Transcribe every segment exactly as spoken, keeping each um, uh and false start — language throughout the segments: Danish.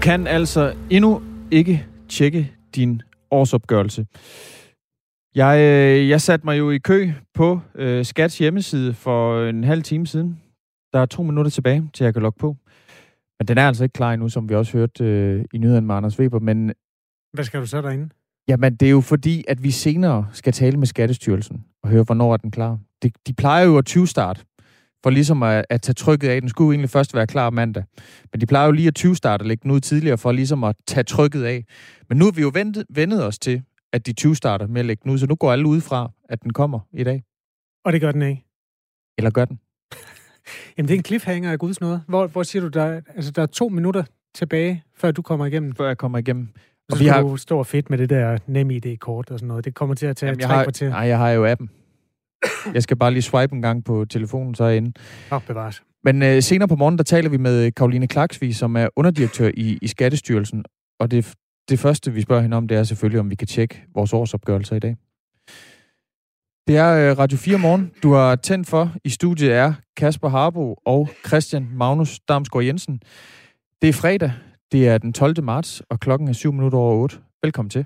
kan altså endnu ikke tjekke din årsopgørelse. Jeg, øh, jeg satte mig jo i kø på øh, Skats hjemmeside for en halv time siden. Der er to minutter tilbage, til jeg kan logge på. Men den er altså ikke klar endnu, som vi også hørte øh, i nyheden med Anders Weber. Men hvad skal du så derinde? Jamen, det er jo fordi, at vi senere skal tale med Skattestyrelsen og høre, hvornår er den klar. De, de plejer jo at tyve-start, for ligesom at, at tage trykket af. Den skulle jo egentlig først være klar mandag. Men de plejer jo lige at tyve-starte og lægge den ud tidligere, for ligesom at tage trykket af. Men nu har vi jo ventet, ventet os til, at de tyve-starter med at lægge den ud, så nu går alle ud fra, at den kommer i dag. Og det gør den ikke? Eller gør den? Jamen, det er en cliffhanger af Guds nåde. Hvor, hvor siger du, der, altså, der er to minutter tilbage, før du kommer igennem? Før jeg kommer igennem. Og så skal vi har... du stå fedt med det der NemID-kort og sådan noget. Det kommer til at tage Jamen, tre har... kvarter. Nej, jeg har jo appen. Jeg skal bare lige swipe en gang på telefonen, så er jeg inde. Åh, bevares. Men øh, senere på morgen, der taler vi med Karoline Klaksvig, som er underdirektør i, i Skattestyrelsen. Og det, det første, vi spørger hende om, det er selvfølgelig, om vi kan tjekke vores årsopgørelser i dag. Det er øh, Radio fire Morgen. Du har tændt for. I studiet er Kasper Harbo og Christian Magnus Damsgaard Jensen. Det er fredag. Det er den tolvte marts, og klokken er syv minutter over otte. Velkommen til.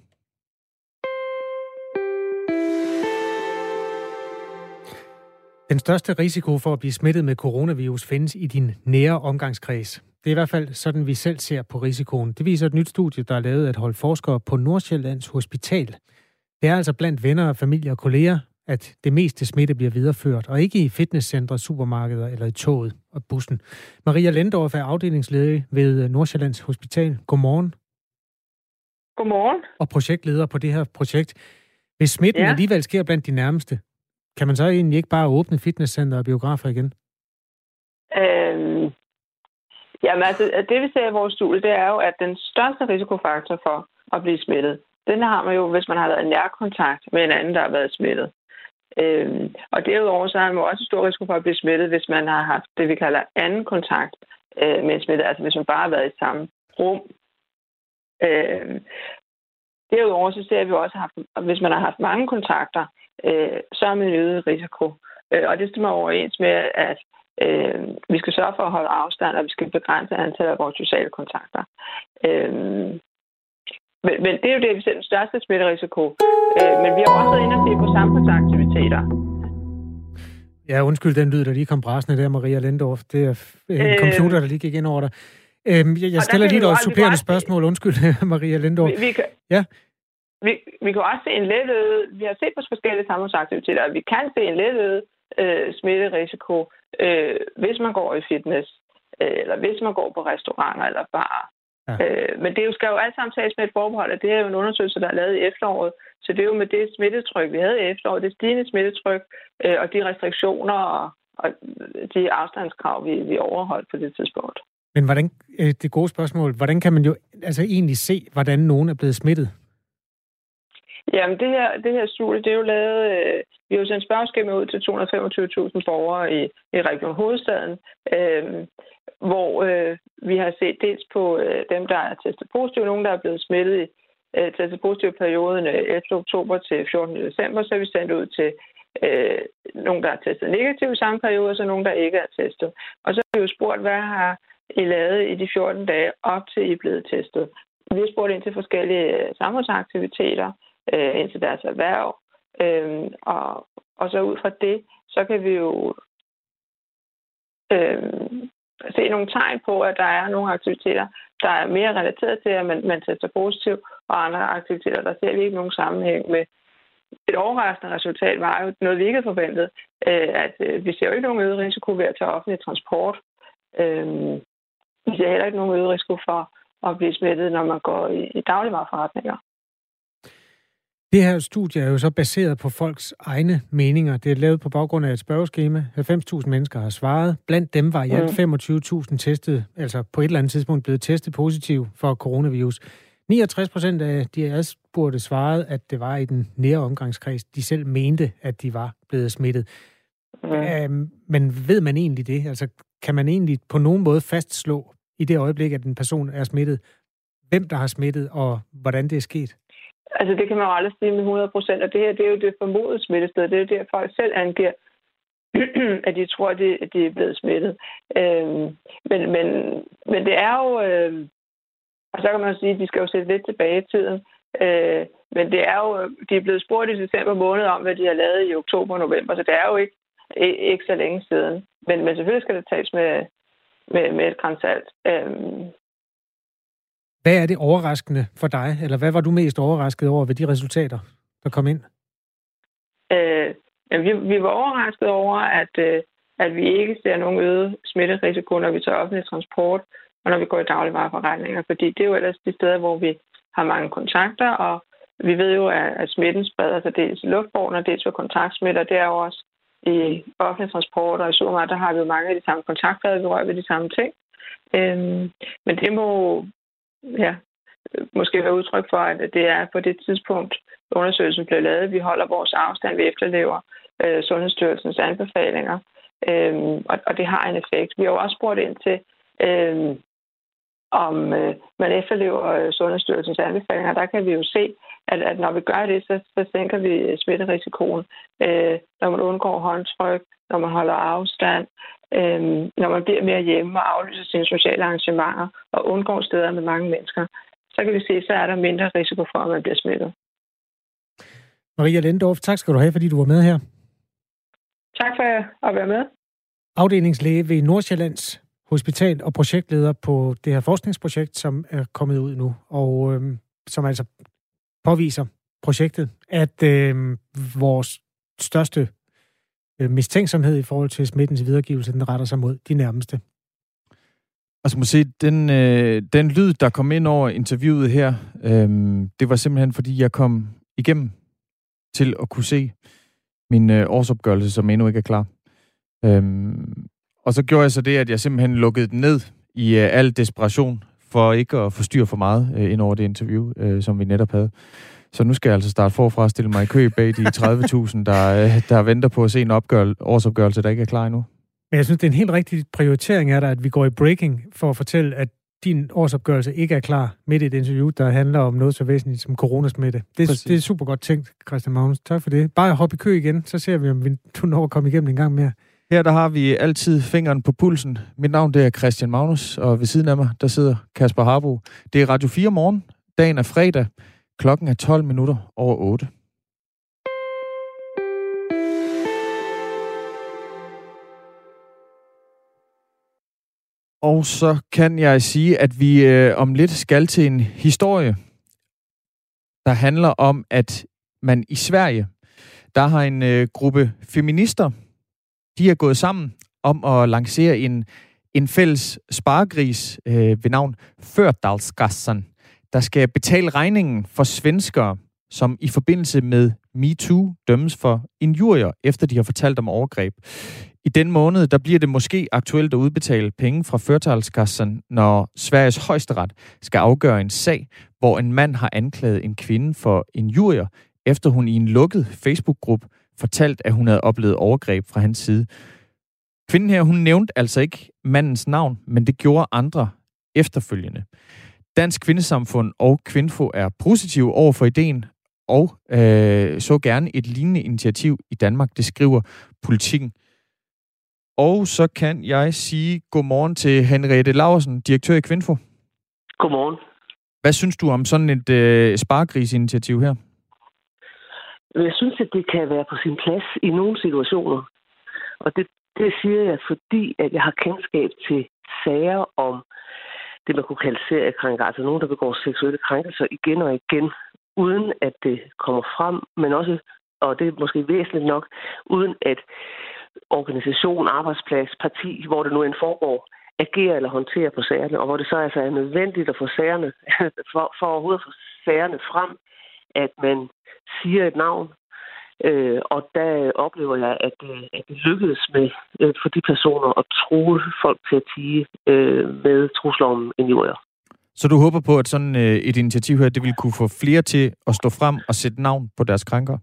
Den største risiko for at blive smittet med coronavirus findes i din nære omgangskreds. Det er i hvert fald sådan, vi selv ser på risikoen. Det viser et nyt studie, der er lavet af et hold forskere på Nordsjællands Hospital. Det er altså blandt venner, familie og kolleger, at det meste smitte bliver videreført, og ikke i fitnesscentre, supermarkeder eller i toget og bussen. Maria Lendorf er afdelingsleder ved Nordsjællands Hospital. Godmorgen. Godmorgen. Og projektleder på det her projekt. Hvis smitten ja. alligevel sker blandt de nærmeste, kan man så egentlig ikke bare åbne fitnesscenter og biografer igen? Øhm, jamen altså, det vi ser i vores studie, det er jo, at den største risikofaktor for at blive smittet, den har man jo, hvis man har været i nærkontakt med en anden, der har været smittet. Øhm, og derudover så har man jo også stor risiko for at blive smittet, hvis man har haft det, vi kalder anden kontakt øh, med en smittet, altså hvis man bare har været i samme rum. Øhm, derudover så ser vi også, at hvis man har haft mange kontakter, øh, så er man øget risiko. Øh, og det stemmer overens med, at øh, vi skal sørge for at holde afstand, og vi skal begrænse antallet af vores sociale kontakter. Øh, men, men det er jo det, vi ser den største smitterisiko. Øh, men vi har også været inde og se på samfundsaktiviteter. Ja, undskyld den lyd, der lige kom brasende der, Maria Lendorf. Det er en øh, computer, der lige gik ind over dig. Øh, jeg jeg stiller lige et supplerende spørgsmål. Undskyld, Maria Lendorf. Vi, vi kan, ja. Vi, vi kan også se en let øget, vi har set på forskellige samfundsaktiviteter, og vi kan se en let øget øh, smitterisiko, øh, hvis man går i fitness, øh, eller hvis man går på restauranter eller barer. Ja. Øh, men det skal jo alt sammen tages med et forbehold, at det er jo en undersøgelse, der er lavet i efteråret, så det er jo med det smittetryk, vi havde i efteråret, det stigende smittetryk, øh, og de restriktioner og, og de afstandskrav, vi, vi overholdt på det tidspunkt. Men hvordan, det gode spørgsmål, hvordan kan man jo altså egentlig se, hvordan nogen er blevet smittet? Jamen, det her, det her studie, det er jo lavet... Øh, vi har jo sendt spørgeskema ud til to hundrede og femogtyve tusind borgere i, i Region Hovedstaden, øh, hvor øh, vi har set dels på øh, dem, der er testet positive, nogen, der er blevet smittet i øh, testet positive perioden øh, ellevte oktober til fjortende december, så er vi sendt ud til øh, nogen, der er testet negativt i samme periode, og så nogen, der ikke er testet. Og så har vi jo spurgt, hvad har I lavet i de fjorten dage op til I er blevet testet? Vi har spurgt ind til forskellige øh, samfundsaktiviteter, øh, ind til deres erhverv, øh, og, og så ud fra det, så kan vi jo øh, se nogle tegn på, at der er nogle aktiviteter, der er mere relateret til, at man, man tester positivt, og andre aktiviteter, der ser vi ikke nogen sammenhæng med. Et overraskende resultat var jo noget, vi ikke havde forventet, øh, at øh, vi ser jo ikke nogen øget risiko ved at tage offentlig transport. Øh, vi ser heller ikke nogen øget risiko for at blive smittet, når man går i, i dagligvareforretninger. Det her studie er jo så baseret på folks egne meninger. Det er lavet på baggrund af et spørgeskema. halvfems tusind mennesker har svaret. Blandt dem var i alt femogtyve tusind testet, altså på et eller andet tidspunkt blevet testet positiv for coronavirus. niogtres procent af de adspurgte svarede, at det var i den nære omgangskreds. De selv mente, at de var blevet smittet. Mm. Øhm, men ved man egentlig det? Altså, kan man egentlig på nogen måde fastslå i det øjeblik, at en person er smittet, hvem der har smittet, og hvordan det er sket? Altså, det kan man jo aldrig sige med hundrede procent, og det her, det er jo det formodede smittested. Det er jo det, at folk selv angiver, at de tror, at de, at de er blevet smittet. Øhm, men, men, men det er jo... Øh, Og så kan man jo sige, at de skal jo sætte lidt tilbage i tiden. Øh, men det er jo, de er blevet spurgt i december måned om, hvad de har lavet i oktober og november, så det er jo ikke, ikke så længe siden. Men, men selvfølgelig skal det tages med, med, med et gran salt. Øh, Hvad er det overraskende for dig, eller hvad var du mest overrasket over ved de resultater, der kom ind? Øh, vi, vi var overrasket over, at, øh, at vi ikke ser nogen øget smitterisiko, når vi tager offentlig transport, og når vi går i dagligvareforretninger, fordi det er jo ellers de steder, hvor vi har mange kontakter, og vi ved jo, at, at smitten spreder sig dels i luftbåren, og dels ved kontaktsmitter. Det er jo også i offentlig transport og i supermarkeder, der har vi jo mange af de samme kontaktflader, vi rører ved de samme ting. Øh, men det må ja, måske være udtryk for, at det er på det tidspunkt, undersøgelsen blev lavet. Vi holder vores afstand, vi efterlever øh, Sundhedsstyrelsens anbefalinger, øh, og, og det har en effekt. Vi har jo også spurgt ind til, øh, om øh, man efterlever øh, Sundhedsstyrelsens anbefalinger. Der kan vi jo se, at, at når vi gør det, så, så sænker vi smitterisikoen. Øh, når man undgår håndtryk, når man holder afstand, øh, når man bliver mere hjemme og aflyser sine sociale arrangementer og undgår steder med mange mennesker, så kan vi se, så er der mindre risiko for, at man bliver smittet. Maria Lindorf, tak skal du have, fordi du var med her. Tak for at være med. Afdelingslæge ved Nordsjællands Hospital og projektleder på det her forskningsprojekt, som er kommet ud nu, og øh, som altså påviser projektet, at øh, vores største øh, mistænksomhed i forhold til smittens videregivelse, den retter sig mod de nærmeste. Og så må sige, den, øh, den lyd, der kom ind over interviewet her, øh, det var simpelthen, fordi jeg kom igennem til at kunne se min øh, årsopgørelse, som endnu ikke er klar. Øh, og så gjorde jeg så det, at jeg simpelthen lukkede den ned i øh, al desperation, for ikke at forstyrre for meget øh, ind over det interview, øh, som vi netop havde. Så nu skal jeg altså starte forfra og stille mig i kø bag de tredive tusind, der, øh, der venter på at se en opgør- årsopgørelse, der ikke er klar endnu. Men jeg synes, det er en helt rigtig prioritering af dig, at vi går i breaking for at fortælle, at din årsopgørelse ikke er klar midt i et interview, der handler om noget så væsentligt som coronasmitte. Det, det er super godt tænkt, Christian Magnus. Tak for det. Bare hoppe i kø igen, så ser vi, om vi, du når at komme igennem en gang mere. Her der har vi altid fingeren på pulsen. Mit navn det er Christian Magnus, og ved siden af mig, der sidder Kasper Harbo. Det er Radio fire morgen. Dagen er fredag. Klokken er tolv minutter over otte. Og så kan jeg sige, at vi øh, om lidt skal til en historie, der handler om, at man i Sverige, der har en øh, gruppe feminister, de er gået sammen om at lancere en, en fælles sparegris øh, ved navn Fördalskassan, der skal betale regningen for svenskere, som i forbindelse med MeToo dømmes for injurier, efter de har fortalt om overgreb. I den måned, der bliver det måske aktuelt at udbetale penge fra Fördalskassan, når Sveriges højesteret skal afgøre en sag, hvor en mand har anklaget en kvinde for injurier, efter hun i en lukket Facebook-gruppe fortalt, at hun havde oplevet overgreb fra hans side. Kvinden her, hun nævnte altså ikke mandens navn, men det gjorde andre efterfølgende. Dansk Kvindesamfund og Kvinfo er positive over for ideen, og øh, så gerne et lignende initiativ i Danmark, det skriver Politikken. Og så kan jeg sige godmorgen til Henriette Laursen, direktør i Kvinfo. Godmorgen. Hvad synes du om sådan et øh, sparegrisinitiativ her? Jeg synes, at det kan være på sin plads i nogle situationer. Og det, det siger jeg, fordi at jeg har kendskab til sager om det, man kunne kalde seriekrænker, altså nogen, der begår seksuelle krænkelser igen og igen, uden at det kommer frem, men også, og det er måske væsentligt nok, uden at organisation, arbejdsplads, parti, hvor det nu end foregår, agerer eller håndterer på sagerne, og hvor det så altså er nødvendigt at få sagerne, for, for overhovedet at få sagerne frem, at man siger et navn, øh, og der oplever jeg, at, at det lykkedes med øh, for de personer at true folk til at tie øh, med trusler om injurier. Så du håber på, at sådan øh, et initiativ her, det vil kunne få flere til at stå frem og sætte navn på deres krænker?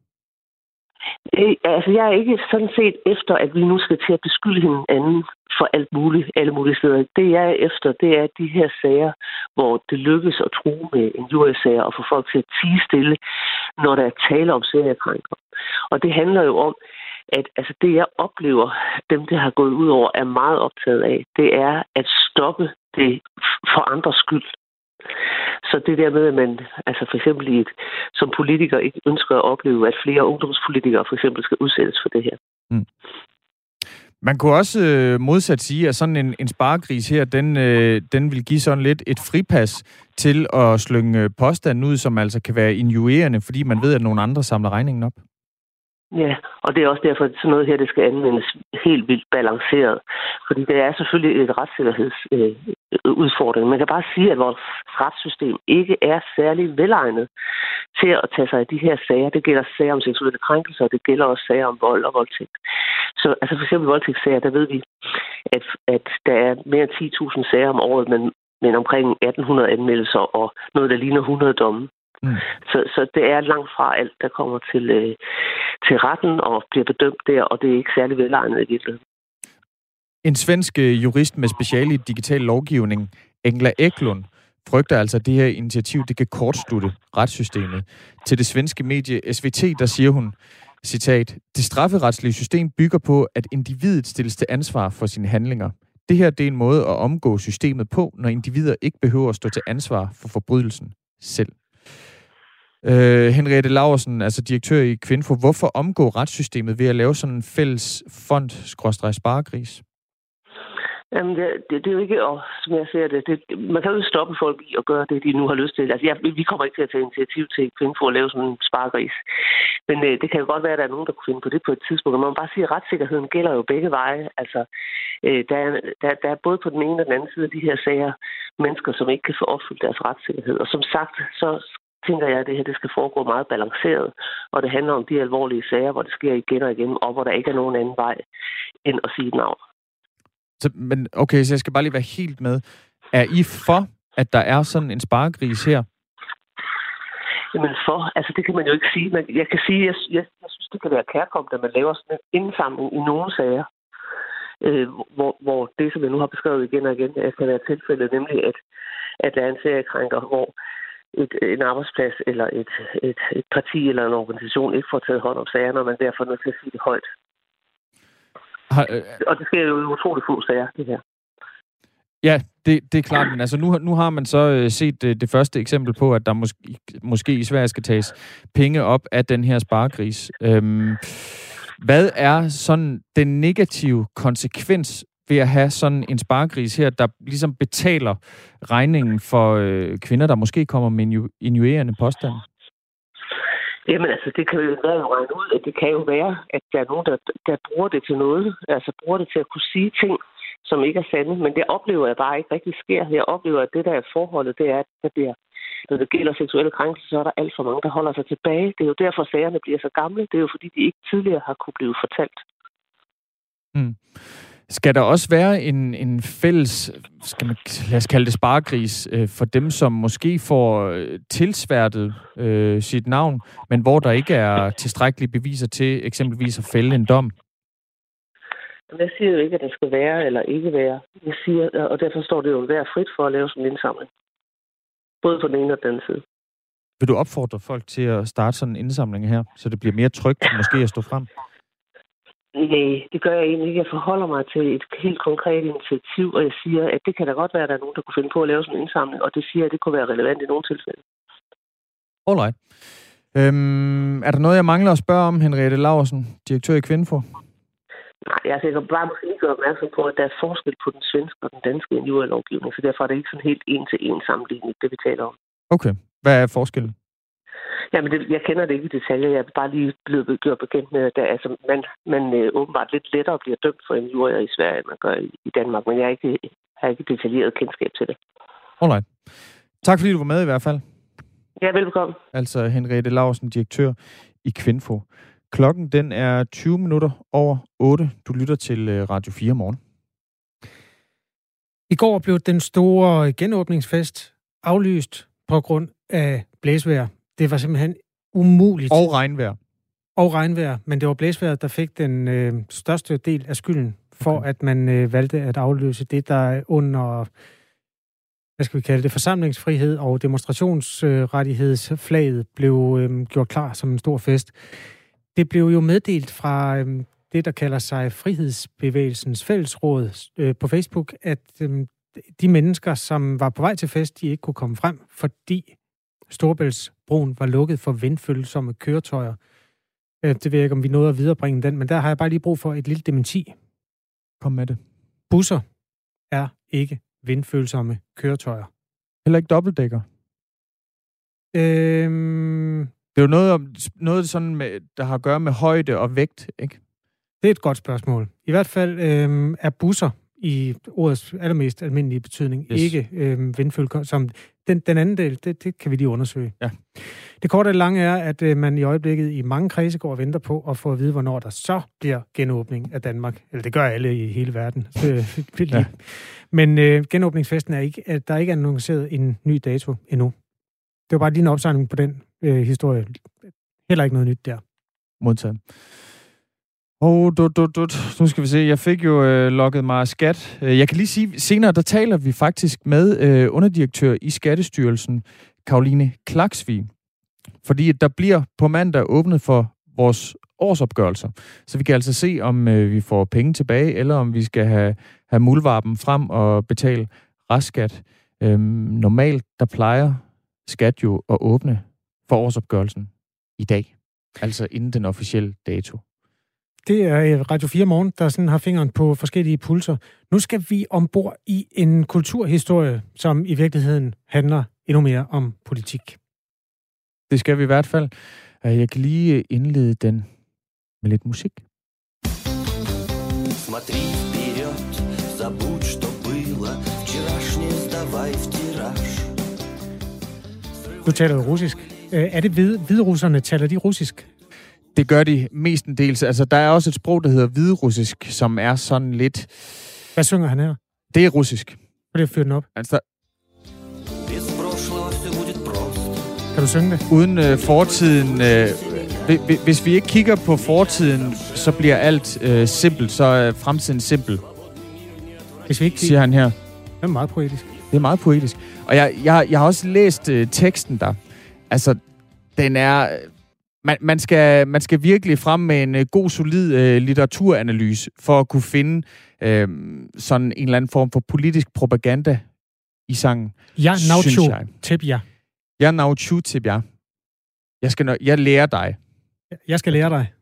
Øh, altså, jeg er ikke sådan set efter, at vi nu skal til at beskylde hinanden for alt muligt, alle mulige steder. Det jeg er efter, det er de her sager, hvor det lykkes at true med injuriesager og få folk til at tie stille, når der er tale om seriekrænker. Og det handler jo om, at altså, det jeg oplever, dem det har gået ud over, er meget optaget af, det er at stoppe det for andres skyld. Så det der med, at man altså for eksempel i et, som politiker ikke ønsker at opleve, at flere ungdomspolitikere for eksempel skal udsættes for det her. Mm. Man kunne også øh, modsat sige, at sådan en, en sparegris her, den, øh, den vil give sådan lidt et fripas til at slynge påstanden ud, som altså kan være injurierende, fordi man ved, at nogle andre samler regningen op. Ja, og det er også derfor, at sådan noget her, det skal anvendes helt vildt balanceret. Fordi det er selvfølgelig et retssikkerhedsudfordring. Øh, Man kan bare sige, at vores retssystem ikke er særlig velegnet til at tage sig af de her sager. Det gælder sager om seksuelle krænkelser, og det gælder også sager om vold og voldtægt. Så altså for eksempel voldtægtssager, der ved vi, at, at der er mere end ti tusind sager om året, men, men omkring atten hundrede anmeldelser og noget, der ligner hundrede domme. Mm. Så, så det er langt fra alt, der kommer til, øh, til retten og bliver bedømt der, og det er ikke særlig velegnet i virkeligheden. En svensk jurist med speciale i digital lovgivning, Engla Eklund, frygter altså, at det her initiativ det kan kortslutte retssystemet. Til det svenske medie S V T, der siger hun, citat, det strafferetslige system bygger på, at individet stilles til ansvar for sine handlinger. Det her det er en måde at omgå systemet på, når individer ikke behøver at stå til ansvar for forbrydelsen selv. Uh, Henriette Laursen, altså direktør i Kvinfo. Hvorfor omgå retssystemet ved at lave sådan en fælles fond-sparegris? Jamen, det, det, det er jo ikke, og som jeg ser det, det, man kan jo ikke stoppe folk i at gøre det, de nu har lyst til. Altså, jeg, vi kommer ikke til at tage initiativ til Kvinfo at lave sådan en sparegris. Men uh, det kan jo godt være, at der er nogen, der kunne finde på det på et tidspunkt. Man må bare sige, at retssikkerheden gælder jo begge veje. Altså, uh, der, er, der, der er både på den ene og den anden side af de her sager mennesker, som ikke kan få opfyldt deres retssikkerhed. Og som sagt, så tænker jeg, at det her det skal foregå meget balanceret, og det handler om de alvorlige sager, hvor det sker igen og igen, og hvor der ikke er nogen anden vej end at sige et navn. Så, men okay, så jeg skal bare lige være helt med. Er I for, at der er sådan en sparegris her? Jamen for, altså det kan man jo ikke sige. Men jeg kan sige, jeg, jeg, jeg synes, det kan være kærkomment, at man laver sådan en indsamling i nogle sager, øh, hvor, hvor det, som jeg nu har beskrevet igen og igen, kan være tilfældet, nemlig at, at der er en seriekrænker, hvor Et, en arbejdsplads eller et, et, et parti eller en organisation ikke får taget hånd om sagerne, og man derfor er nødt til at sige det højt. Har, øh, og det sker jo i utroligt få sager, det her. Ja, det, det er klart, men altså nu, nu har man så øh, set det, det første eksempel på, at der måske, måske i Sverige skal tages penge op af den her sparegris. Øhm, hvad er sådan den negative konsekvens ved at have sådan en sparegris her, der ligesom betaler regningen for øh, kvinder, der måske kommer med injurierende påstande? Jamen altså, det kan jo være regne ud, at det kan jo være, at der er nogen, der, der bruger det til noget. Altså bruger det til at kunne sige ting, som ikke er sande. Men det oplever jeg bare ikke rigtig sker. Jeg oplever, at det der er forholdet, det er, at der bliver, når det gælder seksuelle krænkelser, så er der alt for mange, der holder sig tilbage. Det er jo derfor, sagerne bliver så gamle. Det er jo fordi, de ikke tidligere har kunne blive fortalt. Mm. Skal der også være en, en fælles, skal man, lad os kalde det sparegris, øh, for dem, som måske får øh, tilsværtet øh, sit navn, men hvor der ikke er tilstrækkelige beviser til eksempelvis at fælde en dom? Jeg siger jo ikke, at der skal være eller ikke være. Jeg siger, og derfor står det jo hver frit for at lave sådan en indsamling. Både på den ene og den anden side. Vil du opfordre folk til at starte sådan en indsamling her, så det bliver mere trygt måske at stå frem? Nej, det gør jeg egentlig ikke. Jeg forholder mig til et helt konkret initiativ, og jeg siger, at det kan da godt være, at der er nogen, der kunne finde på at lave sådan en indsamling, og det siger jeg, at det kunne være relevant i nogle tilfælde. Alright. Øhm, er der noget, jeg mangler at spørge om, Henriette Laursen, direktør i Kvinfo? Nej, jeg kan bare måske lige gøre opmærksom på, at der er forskel på den svenske og den danske injurielovgivning, så derfor er det ikke sådan helt en-til-en sammenligning, det vi taler om. Okay. Hvad er forskellen? Jamen, det, jeg kender det ikke i detaljer. Jeg er bare lige blevet gjort bekendt med, at der, altså, man, man øh, åbenbart lidt lettere bliver dømt for injurier i Sverige, end man gør i, i Danmark. Men jeg har ikke, har ikke detaljeret kendskab til det. Alright. Tak fordi du var med i hvert fald. Ja, velbekomme. Altså Henriette Laursen, direktør i Kvinfo. Klokken den er tyve minutter over otte. Du lytter til Radio fire morgen. I går blev den store genåbningsfest aflyst på grund af blæsvejr. Det var simpelthen umuligt. Og regnvejr. Og regnvejr, men det var blæsvejret, der fik den øh, største del af skylden for, okay. at man øh, valgte at afløse det, der under, hvad skal vi kalde det, forsamlingsfrihed og demonstrationsrettighedsflaget blev øh, gjort klar som en stor fest. Det blev jo meddelt fra øh, det, der kalder sig Frihedsbevægelsens Fællesråd øh, på Facebook, at øh, de mennesker, som var på vej til fest, de ikke kunne komme frem, fordi Storebæltsbroen var lukket for vindfølsomme køretøjer. Det ved jeg ikke, om vi nåede at viderebringe den, men der har jeg bare lige brug for et lille dementi. Kom med det. Busser er ikke vindfølsomme køretøjer. Heller ikke dobbeltdækker. Øhm... Det er jo noget, om, noget sådan med, der har at gøre med højde og vægt, ikke? Det er et godt spørgsmål. I hvert fald øhm, er busser i ordets allermest almindelige betydning yes. ikke øhm, vindfølsomme. Som den, den anden del, det, det kan vi lige undersøge. Ja. Det korte og lange er, at øh, man i øjeblikket i mange kredse går og venter på at få at vide, hvornår der så bliver genåbning af Danmark. Eller det gør alle i hele verden. ja. Men øh, genåbningsfesten er ikke, at der ikke er annonceret en ny dato endnu. Det var bare lige en opsejling på den øh, historie. Heller ikke noget nyt der. Modtaget. Oh, dut, dut, dut. Nu skal vi se. Jeg fik jo øh, logget mig af skat. Jeg kan lige sige, senere der taler vi faktisk med øh, underdirektør i Skattestyrelsen, Karoline Klaksvig. Fordi der bliver på mandag åbnet for vores årsopgørelser. Så vi kan altså se, om øh, vi får penge tilbage, eller om vi skal have, have muldvarpen frem og betale restskat. Øhm, normalt, der plejer skat jo at åbne for årsopgørelsen i dag. Altså inden den officielle dato. Det er Radio fire Morgen, der sådan har fingeren på forskellige pulser. Nu skal vi ombord i en kulturhistorie, som i virkeligheden handler endnu mere om politik. Det skal vi i hvert fald. Jeg kan lige indlede den med lidt musik. Смотри вперед, забудь, что было, вчерашнее сдавай в тираж. Du taler jo russisk. Er det hvide, hviderusserne, taler de russisk? Det gør de mestendels. Altså, der er også et sprog, der hedder hviderussisk, som er sådan lidt... Hvad synger han her? Det er russisk. Prøv lige at fyre den op. Altså, kan du synge det? Uden øh, fortiden... Øh, hvis vi ikke kigger på fortiden, så bliver alt øh, simpelt. Så er fremtiden simpel. Hvis vi ikke siger han her. Det er meget poetisk. Det er meget poetisk. Og jeg, jeg, jeg har også læst øh, teksten der. Altså, den er... Man, man, skal, man skal virkelig frem med en uh, god, solid uh, litteraturanalyse for at kunne finde uh, sådan en eller anden form for politisk propaganda i sangen. Ja, nauchu tebja. Ja, nauchu tebja. Jeg skal nø- jeg lærer dig. Jeg skal lære dig.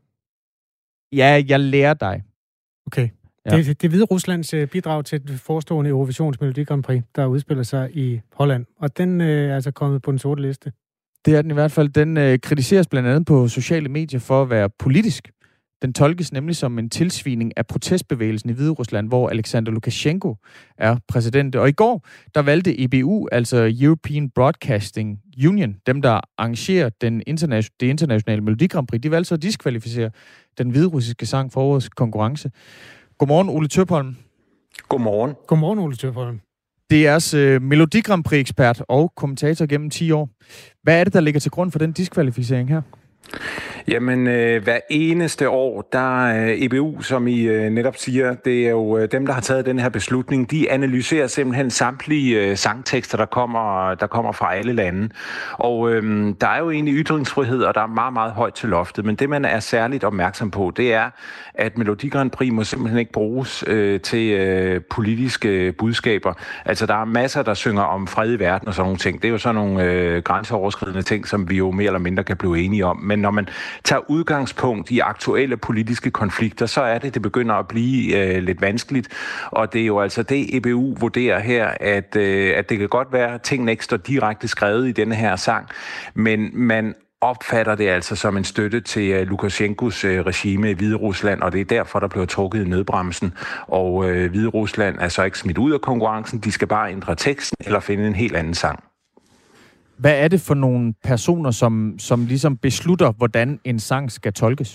Ja, jeg lærer dig. Okay. Ja. Det, det er Hvide Ruslands bidrag til det forestående Eurovisions Melodi Grand Prix, der udspiller sig i Holland. Og den uh, er altså kommet på den sorte liste. Det er den i hvert fald. Den øh, kritiseres blandt andet på sociale medier for at være politisk. Den tolkes nemlig som en tilsvining af protestbevægelsen i Hviderusland, hvor Alexander Lukashenko er præsident. Og i går, der valgte E B U, altså European Broadcasting Union, dem der arrangerer den interna- det internationale Melodi Grand Prix, de valgte så at diskvalificere den hviderussiske sang for årets konkurrence. Godmorgen, Ole Tøpholm. Godmorgen. Godmorgen, Ole Tøpholm. Det er jeres øh, Melodi Grand Prix-ekspert og kommentator gennem ti år. Hvad er det, der ligger til grund for den diskvalificering her? Jamen, øh, hver eneste år, der er E B U, som I øh, netop siger, det er jo øh, dem, der har taget den her beslutning, de analyserer simpelthen samtlige øh, sangtekster, der kommer, der kommer fra alle lande. Og øh, der er jo egentlig ytringsfrihed, og der er meget, meget højt til loftet. Men det, man er særligt opmærksom på, det er, at Melodi Grand Prix må simpelthen ikke bruges øh, til øh, politiske budskaber. Altså, der er masser, der synger om fred i verden og sådan nogle ting. Det er jo sådan nogle øh, grænseoverskridende ting, som vi jo mere eller mindre kan blive enige om. Men når man tager udgangspunkt i aktuelle politiske konflikter, så er det, det begynder at blive øh, lidt vanskeligt. Og det er jo altså det, E B U vurderer her, at, øh, at det kan godt være, at tingene ikke står direkte skrevet i denne her sang, men man opfatter det altså som en støtte til uh, Lukashenkos uh, regime i Hviderusland, og det er derfor, der bliver trukket i nødbremsen. Og uh, Hviderusland er så ikke smidt ud af konkurrencen, de skal bare ændre teksten eller finde en helt anden sang. Hvad er det for nogle personer, som, som ligesom beslutter, hvordan en sang skal tolkes?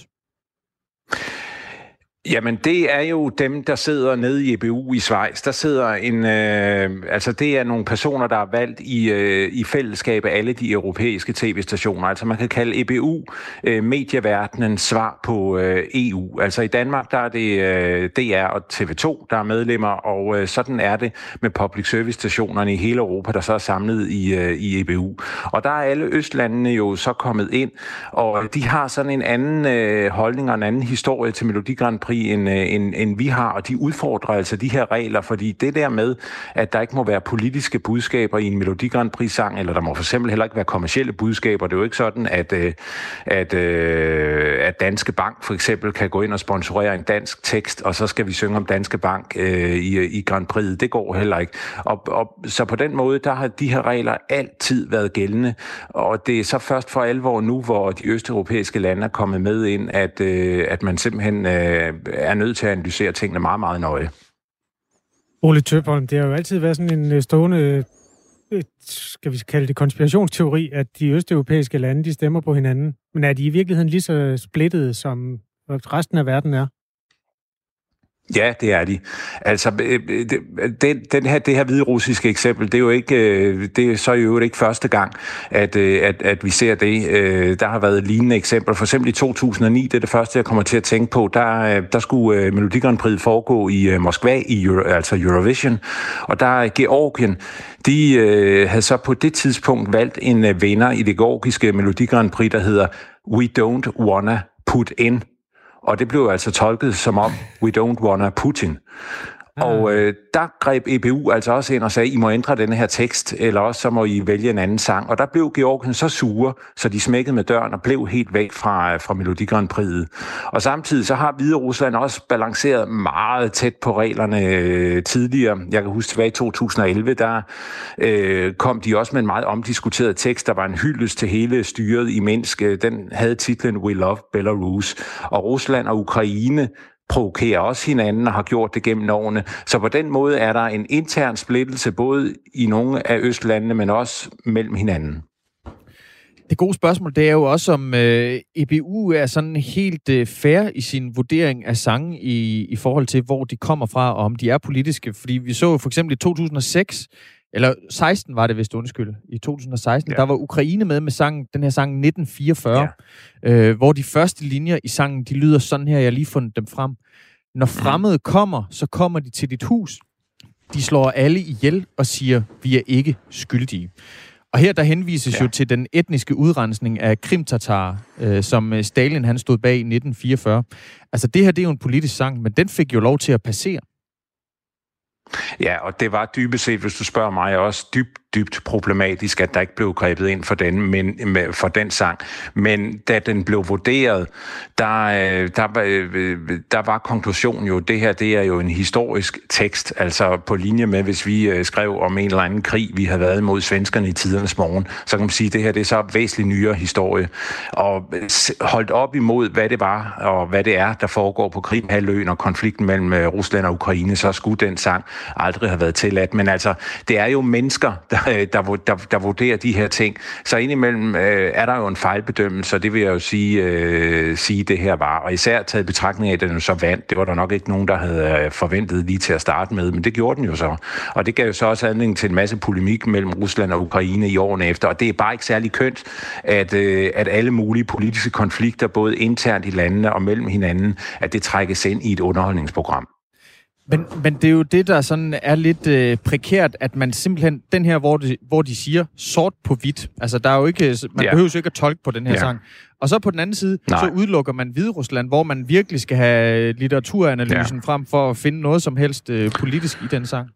Jamen, det er jo dem, der sidder nede i E B U i Schweiz. Der sidder en, øh, altså det er nogle personer, der er valgt i, øh, i fællesskab af alle de europæiske tv-stationer. Altså man kan kalde E B U øh, medieverdenens svar på øh, E U. Altså i Danmark, der er det øh, D R og T V to, der er medlemmer, og øh, sådan er det med public service-stationerne i hele Europa, der så er samlet i, øh, i E B U. Og der er alle østlandene jo så kommet ind, og de har sådan en anden øh, holdning og en anden historie til Melodi Grand Prix, Krig, end, end, end vi har, og de udfordrer altså de her regler, fordi det der med, at der ikke må være politiske budskaber i en Melodi Grand Prix-sang, eller der må for eksempel heller ikke være kommercielle budskaber. Det er jo ikke sådan, at, at, at Danske Bank for eksempel kan gå ind og sponsorere en dansk tekst, og så skal vi synge om Danske Bank øh, i, i Grand Prix. Det går heller ikke. Og, og, så på den måde, der har de her regler altid været gældende, og det er så først for alvor nu, hvor de østeuropæiske lande er kommet med ind, at, øh, at man simpelthen øh, er nødt til at analysere tingene meget, meget nøje. Ole Tøpholm, det har jo altid været sådan en stående, skal vi kalde det konspirationsteori, at de østeuropæiske lande, de stemmer på hinanden. Men er de i virkeligheden lige så splittede, som resten af verden er? Ja, det er de. Altså, den, den her, det her hviderussiske eksempel, det er jo ikke, det er så jo ikke første gang, at, at, at vi ser det. Der har været lignende eksempler. For eksempel i to tusind og ni, det er det første, jeg kommer til at tænke på, der, der skulle Melodi Grand Prix foregå i Moskva, i Euro, altså Eurovision, og der Georgien, de øh, havde så på det tidspunkt valgt en vinder i det georgiske Melodi Grand Prix, der hedder We Don't Wanna Put In. Og det blev altså tolket som om, we don't wanna Putin. Og øh, der greb E B U altså også ind og sagde, I må ændre denne her tekst, eller også så må I vælge en anden sang. Og der blev Georgien så sure, så de smækkede med døren og blev helt væk fra, fra Melodi Grand Prix. Og samtidig så har Hviderusland også balanceret meget tæt på reglerne øh, tidligere. Jeg kan huske tilbage i to tusind og elleve, der øh, kom de også med en meget omdiskuteret tekst, der var en hyldest til hele styret i Minsk. Den havde titlen We Love Belarus. Og Rusland og Ukraine provokerer også hinanden og har gjort det gennem årene. Så på den måde er der en intern splittelse både i nogle af østlandene, men også mellem hinanden. Det gode spørgsmål, det er jo også, om øh, E B U er sådan helt øh, fair i sin vurdering af sange i, i forhold til, hvor de kommer fra, og om de er politiske. Fordi vi så for eksempel i to tusind og seks, eller seksten var det vist, undskyld, i to tusind og seksten, ja. Der var Ukraine med med sangen, den her sang nitten fireogfyrre, ja. øh, hvor de første linjer i sangen, de lyder sådan her, jeg har lige fundet dem frem. Når fremmede kommer, så kommer de til dit hus. De slår alle ihjel og siger, vi er ikke skyldige. Og her der henvises ja. jo til den etniske udrensning af krimtatarer, øh, som Stalin han stod bag i nitten fireogfyrre. Altså det her, det er jo en politisk sang, men den fik jo lov til at passere. Ja, og det var dybest set, hvis du spørger mig, også dybt, dybt problematisk, at der ikke blev grebet ind for den, men, for den sang. Men da den blev vurderet, der, der, der var konklusionen jo, det her det er jo en historisk tekst, altså på linje med, hvis vi skrev om en eller anden krig, vi havde været mod svenskerne i tidernes morgen, så kan man sige, at det her det er så væsentligt nyere historie. Og holdt op imod, hvad det var, og hvad det er, der foregår på Krimhalvøen og konflikten mellem Rusland og Ukraine, så skulle den sang aldrig have været tilladt. Men altså, det er jo mennesker, der, der, der, der vurderer de her ting. Så indimellem øh, er der jo en fejlbedømmelse, og det vil jeg jo sige, øh, sige det her var. Og især taget betragtning af, at den så vandt. Det var der nok ikke nogen, der havde forventet lige til at starte med, men det gjorde den jo så. Og det gav jo så også anledning til en masse polemik mellem Rusland og Ukraine i årene efter. Og det er bare ikke særlig kønt, at, øh, at alle mulige politiske konflikter, både internt i landene og mellem hinanden, at det trækkes ind i et underholdningsprogram. Men, men det er jo det, der sådan er lidt øh, prekært, at man simpelthen, den her, hvor de, hvor de siger sort på hvidt, altså der er jo ikke, man ja. behøver jo ikke at tolke på den her ja. sang. Og så på den anden side, Nej. så udelukker man Hviderusland, hvor man virkelig skal have litteraturanalysen ja. frem for at finde noget som helst øh, politisk i den sang.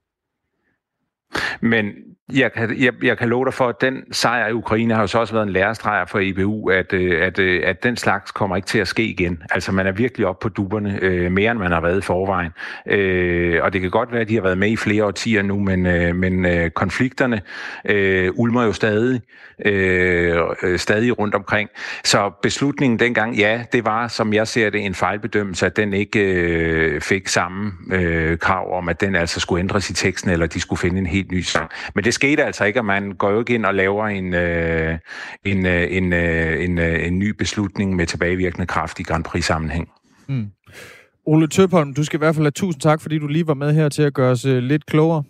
Men jeg kan, jeg, jeg kan love dig for, at den sejr i Ukraine har jo så også været en lærestreger for E B U, at, at, at den slags kommer ikke til at ske igen. Altså man er virkelig oppe på dupperne, øh, mere end man har været i forvejen. Øh, og det kan godt være, at de har været med i flere årtier nu, men, øh, men øh, konflikterne øh, ulmer jo stadig, øh, stadig rundt omkring. Så beslutningen dengang, ja, det var, som jeg ser det, en fejlbedømmelse, at den ikke øh, fik samme øh, krav om, at den altså skulle ændres i teksten, eller de skulle finde en helt ny sang. Men det skete altså ikke, at man går jo ikke ind og laver en, øh, en, øh, en, øh, en, øh, en ny beslutning med tilbagevirkende kraft i Grand Prix-sammenhæng. Mm. Ole Tøpholm, du skal i hvert fald have tusind tak, fordi du lige var med her til at gøre os øh, lidt klogere.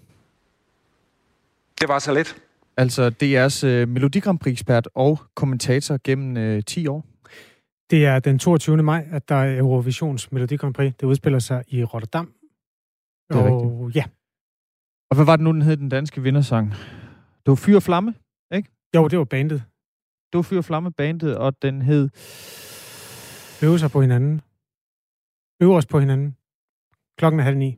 Det var så lidt. Altså D R's øh, Melodi Grand Prix-ekspert og kommentator gennem øh, ti år. Det er den toogtyvende maj, at der er Eurovisions Melodi Grand Prix. Det udspiller sig i Rotterdam. Det er og, rigtigt. Ja. Og hvad var det nu, den hed, den danske vindersang? Det var Fyr og Flamme, ikke? Jo, det var bandet. Det var Fyr og Flamme bandet, og den hed... Øve sig på hinanden. øverst på hinanden. Klokken er halv ni.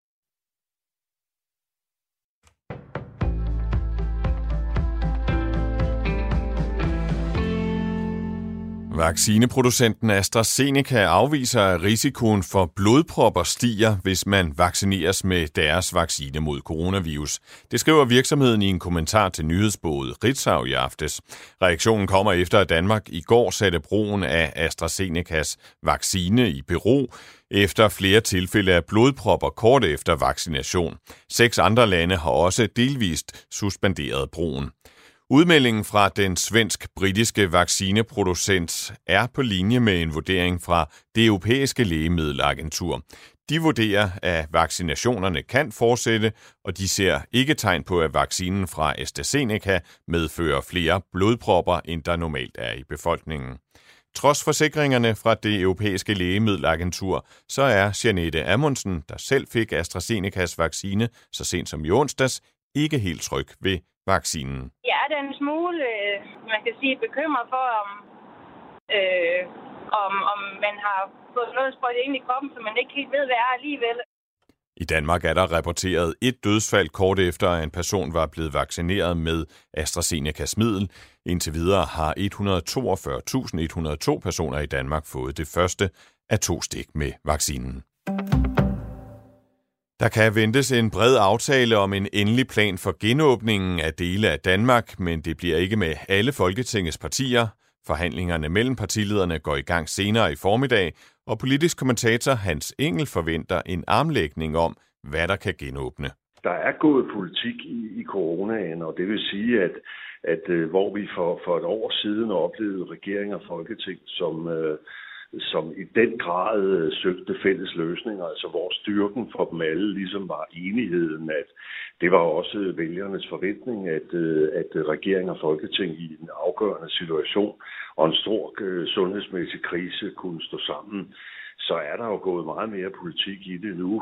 Vaccineproducenten AstraZeneca afviser, at risikoen for blodpropper stiger, hvis man vaccineres med deres vaccine mod coronavirus. Det skriver virksomheden i en kommentar til nyhedsbureauet Ritzau i aftes. Reaktionen kommer efter, at Danmark i går satte brugen af AstraZenecas vaccine i bero, efter flere tilfælde af blodpropper kort efter vaccination. Seks andre lande har også delvist suspenderet brugen. Udmeldingen fra den svensk-britiske vaccineproducent er på linje med en vurdering fra det europæiske lægemiddelagentur. De vurderer, at vaccinationerne kan fortsætte, og de ser ikke tegn på, at vaccinen fra AstraZeneca medfører flere blodpropper, end der normalt er i befolkningen. Trods forsikringerne fra det europæiske lægemiddelagentur, så er Jeanette Amundsen, der selv fik AstraZenecas vaccine så sent som i onsdags, ikke helt tryg ved vaccinen. Jeg er da en smule, man kan sige, bekymret for, om, øh, om, om man har fået noget sprøjtet ind i kroppen, som man ikke helt ved, hvad er alligevel. I Danmark er der rapporteret et dødsfald kort efter, at en person var blevet vaccineret med AstraZenecas middel. Indtil videre har et hundrede og toogfyrre tusind et hundrede og to personer i Danmark fået det første af to stik med vaccinen. Der kan ventes en bred aftale om en endelig plan for genåbningen af dele af Danmark, men det bliver ikke med alle Folketingets partier. Forhandlingerne mellem partilederne går i gang senere i formiddag, og politisk kommentator Hans Engel forventer en armlægning om, hvad der kan genåbne. Der er gået politik i, i coronaen, og det vil sige, at, at hvor vi for, for et år siden oplevede regering og folketing, som... Øh, som i den grad øh, søgte fælles løsninger, altså hvor styrken for dem alle ligesom var enigheden, at det var også vælgernes forventning, at, øh, at regering og folketing i en afgørende situation og en stor øh, sundhedsmæssig krise kunne stå sammen, så er der jo gået meget mere politik i det nu.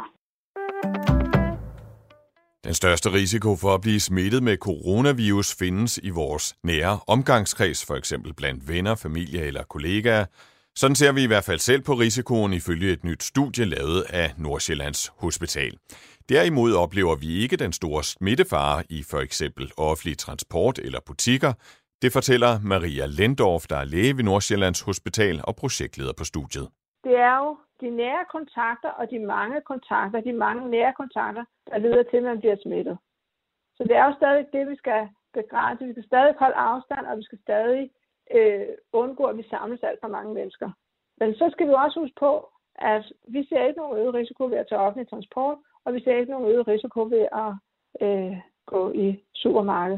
Den største risiko for at blive smittet med coronavirus findes i vores nære omgangskreds, for eksempel blandt venner, familie eller kollegaer. Sådan ser vi i hvert fald selv på risikoen ifølge et nyt studie lavet af Nordsjællands Hospital. Derimod oplever vi ikke den store smittefare i for eksempel offentlig transport eller butikker. Det fortæller Maria Lendorf, der er læge ved Nordsjællands Hospital og projektleder på studiet. Det er jo de nære kontakter og de mange kontakter, de mange nære kontakter, der leder til, at man bliver smittet. Så det er jo stadig det, vi skal begrænse. Vi skal stadig holde afstand, og vi skal stadig Øh, undgå, at vi samles alt for mange mennesker. Men så skal vi også huske på, at vi ser ikke nogen øget risiko ved at tage offentlig transport, og vi ser ikke nogen øget risiko ved at øh, gå i supermarkedet.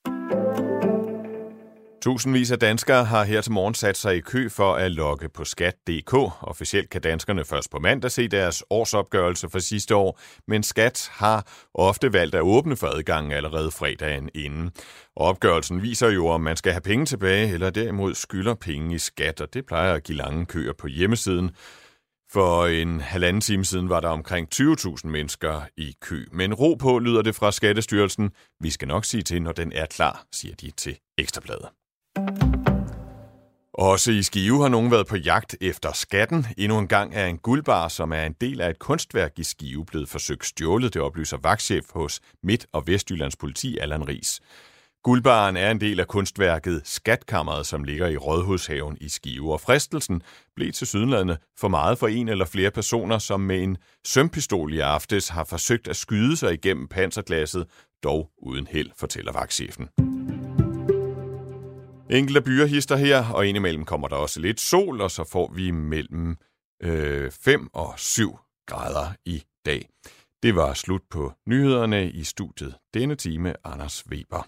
Tusindvis af danskere har her til morgen sat sig i kø for at logge på skat punktum d k. Officielt kan danskerne først på mandag se deres årsopgørelse for sidste år, men Skat har ofte valgt at åbne for adgangen allerede fredagen inden. Og opgørelsen viser jo, om man skal have penge tilbage, eller derimod skylder penge i skat, og det plejer at give lange køer på hjemmesiden. For en halvanden time siden var der omkring tyve tusind mennesker i kø. Men ro på, lyder det fra Skattestyrelsen. Vi skal nok sige til, når den er klar, siger de til Ekstrabladet. Også i Skive har nogen været på jagt efter skatten. Endnu en gang er en guldbar, som er en del af et kunstværk i Skive, blevet forsøgt stjålet. Det oplyser vagtchef hos Midt- og Vestjyllands politi, Allan Riis. Guldbaren er en del af kunstværket Skatkammeret, som ligger i Rådhushaven i Skive, og fristelsen blev tilsyneladende for meget for en eller flere personer, som med en sømpistol i aftes har forsøgt at skyde sig igennem panserglasset, dog uden held, fortæller vagtchefen. Enkelte byer hister her, og indimellem kommer der også lidt sol, og så får vi mellem øh, fem og syv grader i dag. Det var slut på nyhederne i studiet denne time. Anders Weber.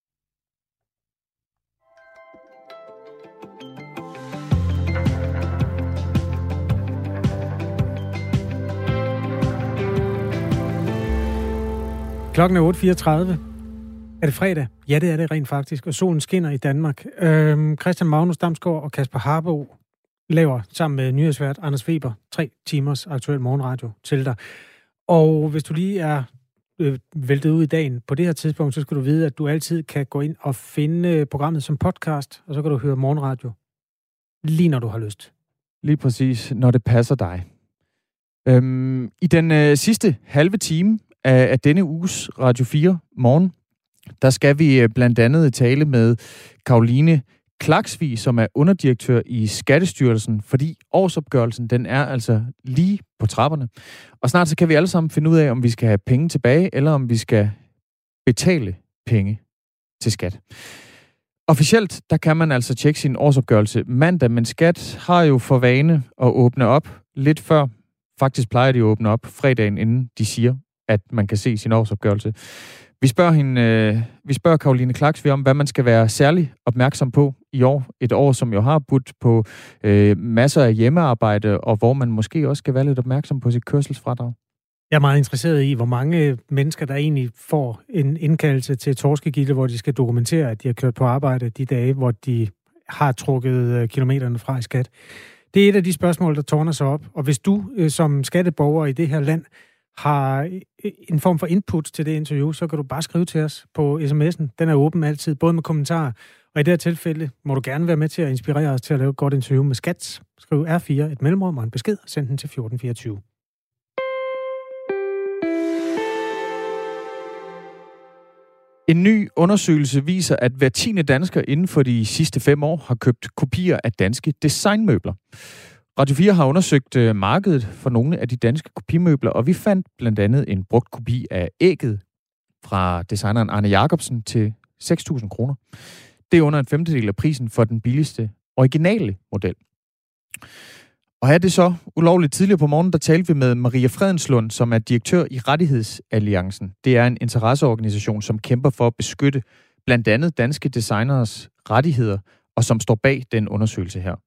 Klokken er otte fireogtredive. Er det fredag? Ja, det er det rent faktisk, og solen skinner i Danmark. Øhm, Christian Magnus Damsgaard og Kasper Harbo laver sammen med nyhedsvært Anders Weber tre timers aktuel morgenradio til dig. Og hvis du lige er øh, væltet ud i dagen på det her tidspunkt, så skal du vide, at du altid kan gå ind og finde programmet som podcast, og så kan du høre morgenradio lige når du har lyst. Lige præcis, når det passer dig. Øhm, I den øh, sidste halve time af, af denne uges Radio fire morgen, der skal vi øh, blandt andet tale med Caroline Klaksvig, som er underdirektør i Skattestyrelsen, fordi årsopgørelsen, den er altså lige på trapperne. Og snart så kan vi alle sammen finde ud af, om vi skal have penge tilbage, eller om vi skal betale penge til skat. Officielt, der kan man altså tjekke sin årsopgørelse mandag, men skat har jo for vane at åbne op lidt før. Faktisk plejer de at åbne op fredagen, inden de siger, at man kan se sin årsopgørelse. Vi spørger hende, øh, vi spørger Caroline Klaksvig om, hvad man skal være særlig opmærksom på i år. Et år, som jo har budt på øh, masser af hjemmearbejde, og hvor man måske også skal være lidt opmærksom på sit kørselsfradrag. Jeg er meget interesseret i, hvor mange mennesker, der egentlig får en indkaldelse til torskegilde, hvor de skal dokumentere, at de har kørt på arbejde de dage, hvor de har trukket kilometerne fra i skat. Det er et af de spørgsmål, der tårner sig op. Og hvis du som skatteborger i det her land har en form for input til det interview, så kan du bare skrive til os på sms'en. Den er åben altid, både med kommentarer, og i det her tilfælde må du gerne være med til at inspirere os til at lave et godt interview med skat. Skriv R fire, et mellemrum og en besked, og send den til fjorten fireogtyve. En ny undersøgelse viser, at hver tiende dansker inden for de sidste fem år har købt kopier af danske designmøbler. Radio fire har undersøgt markedet for nogle af de danske kopimøbler, og vi fandt blandt andet en brugt kopi af Ægget fra designeren Arne Jacobsen til seks tusind kroner. Det er under en femtedel af prisen for den billigste originale model. Og her er det så ulovligt. Tidligere på morgen, der talte vi med Maria Fredenslund, som er direktør i Rettighedsalliancen. Det er en interesseorganisation, som kæmper for at beskytte blandt andet danske designers rettigheder, og som står bag den undersøgelse her.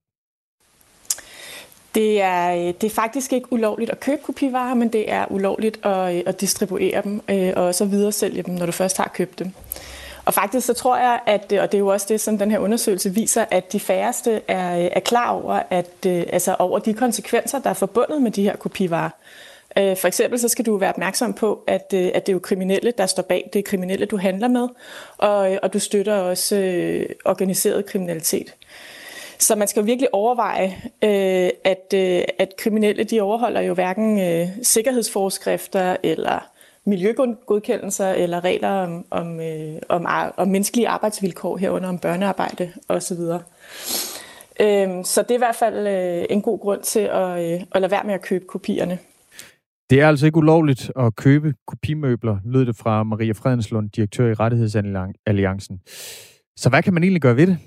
Det er, det er faktisk ikke ulovligt at købe kopivarer, men det er ulovligt at, at distribuere dem og så videresælge dem, når du først har købt dem. Og faktisk så tror jeg, at, og det er jo også det, som den her undersøgelse viser, at de færreste er, er klar over, at, altså over de konsekvenser, der er forbundet med de her kopivarer. For eksempel så skal du være opmærksom på, at, at det er jo kriminelle, der står bag. Det er kriminelle, du handler med, og, og du støtter også organiseret kriminalitet. Så man skal virkelig overveje, at, at kriminelle de overholder jo hverken sikkerhedsforskrifter eller miljøgodkendelser eller regler om, om, om, om menneskelige arbejdsvilkår herunder om børnearbejde osv. Så det er i hvert fald en god grund til at, at lade være med at købe kopierne. Det er altså ikke ulovligt at købe kopimøbler, lød det fra Maria Fredenslund, direktør i Rettighedsalliancen. Så hvad kan man egentlig gøre ved det?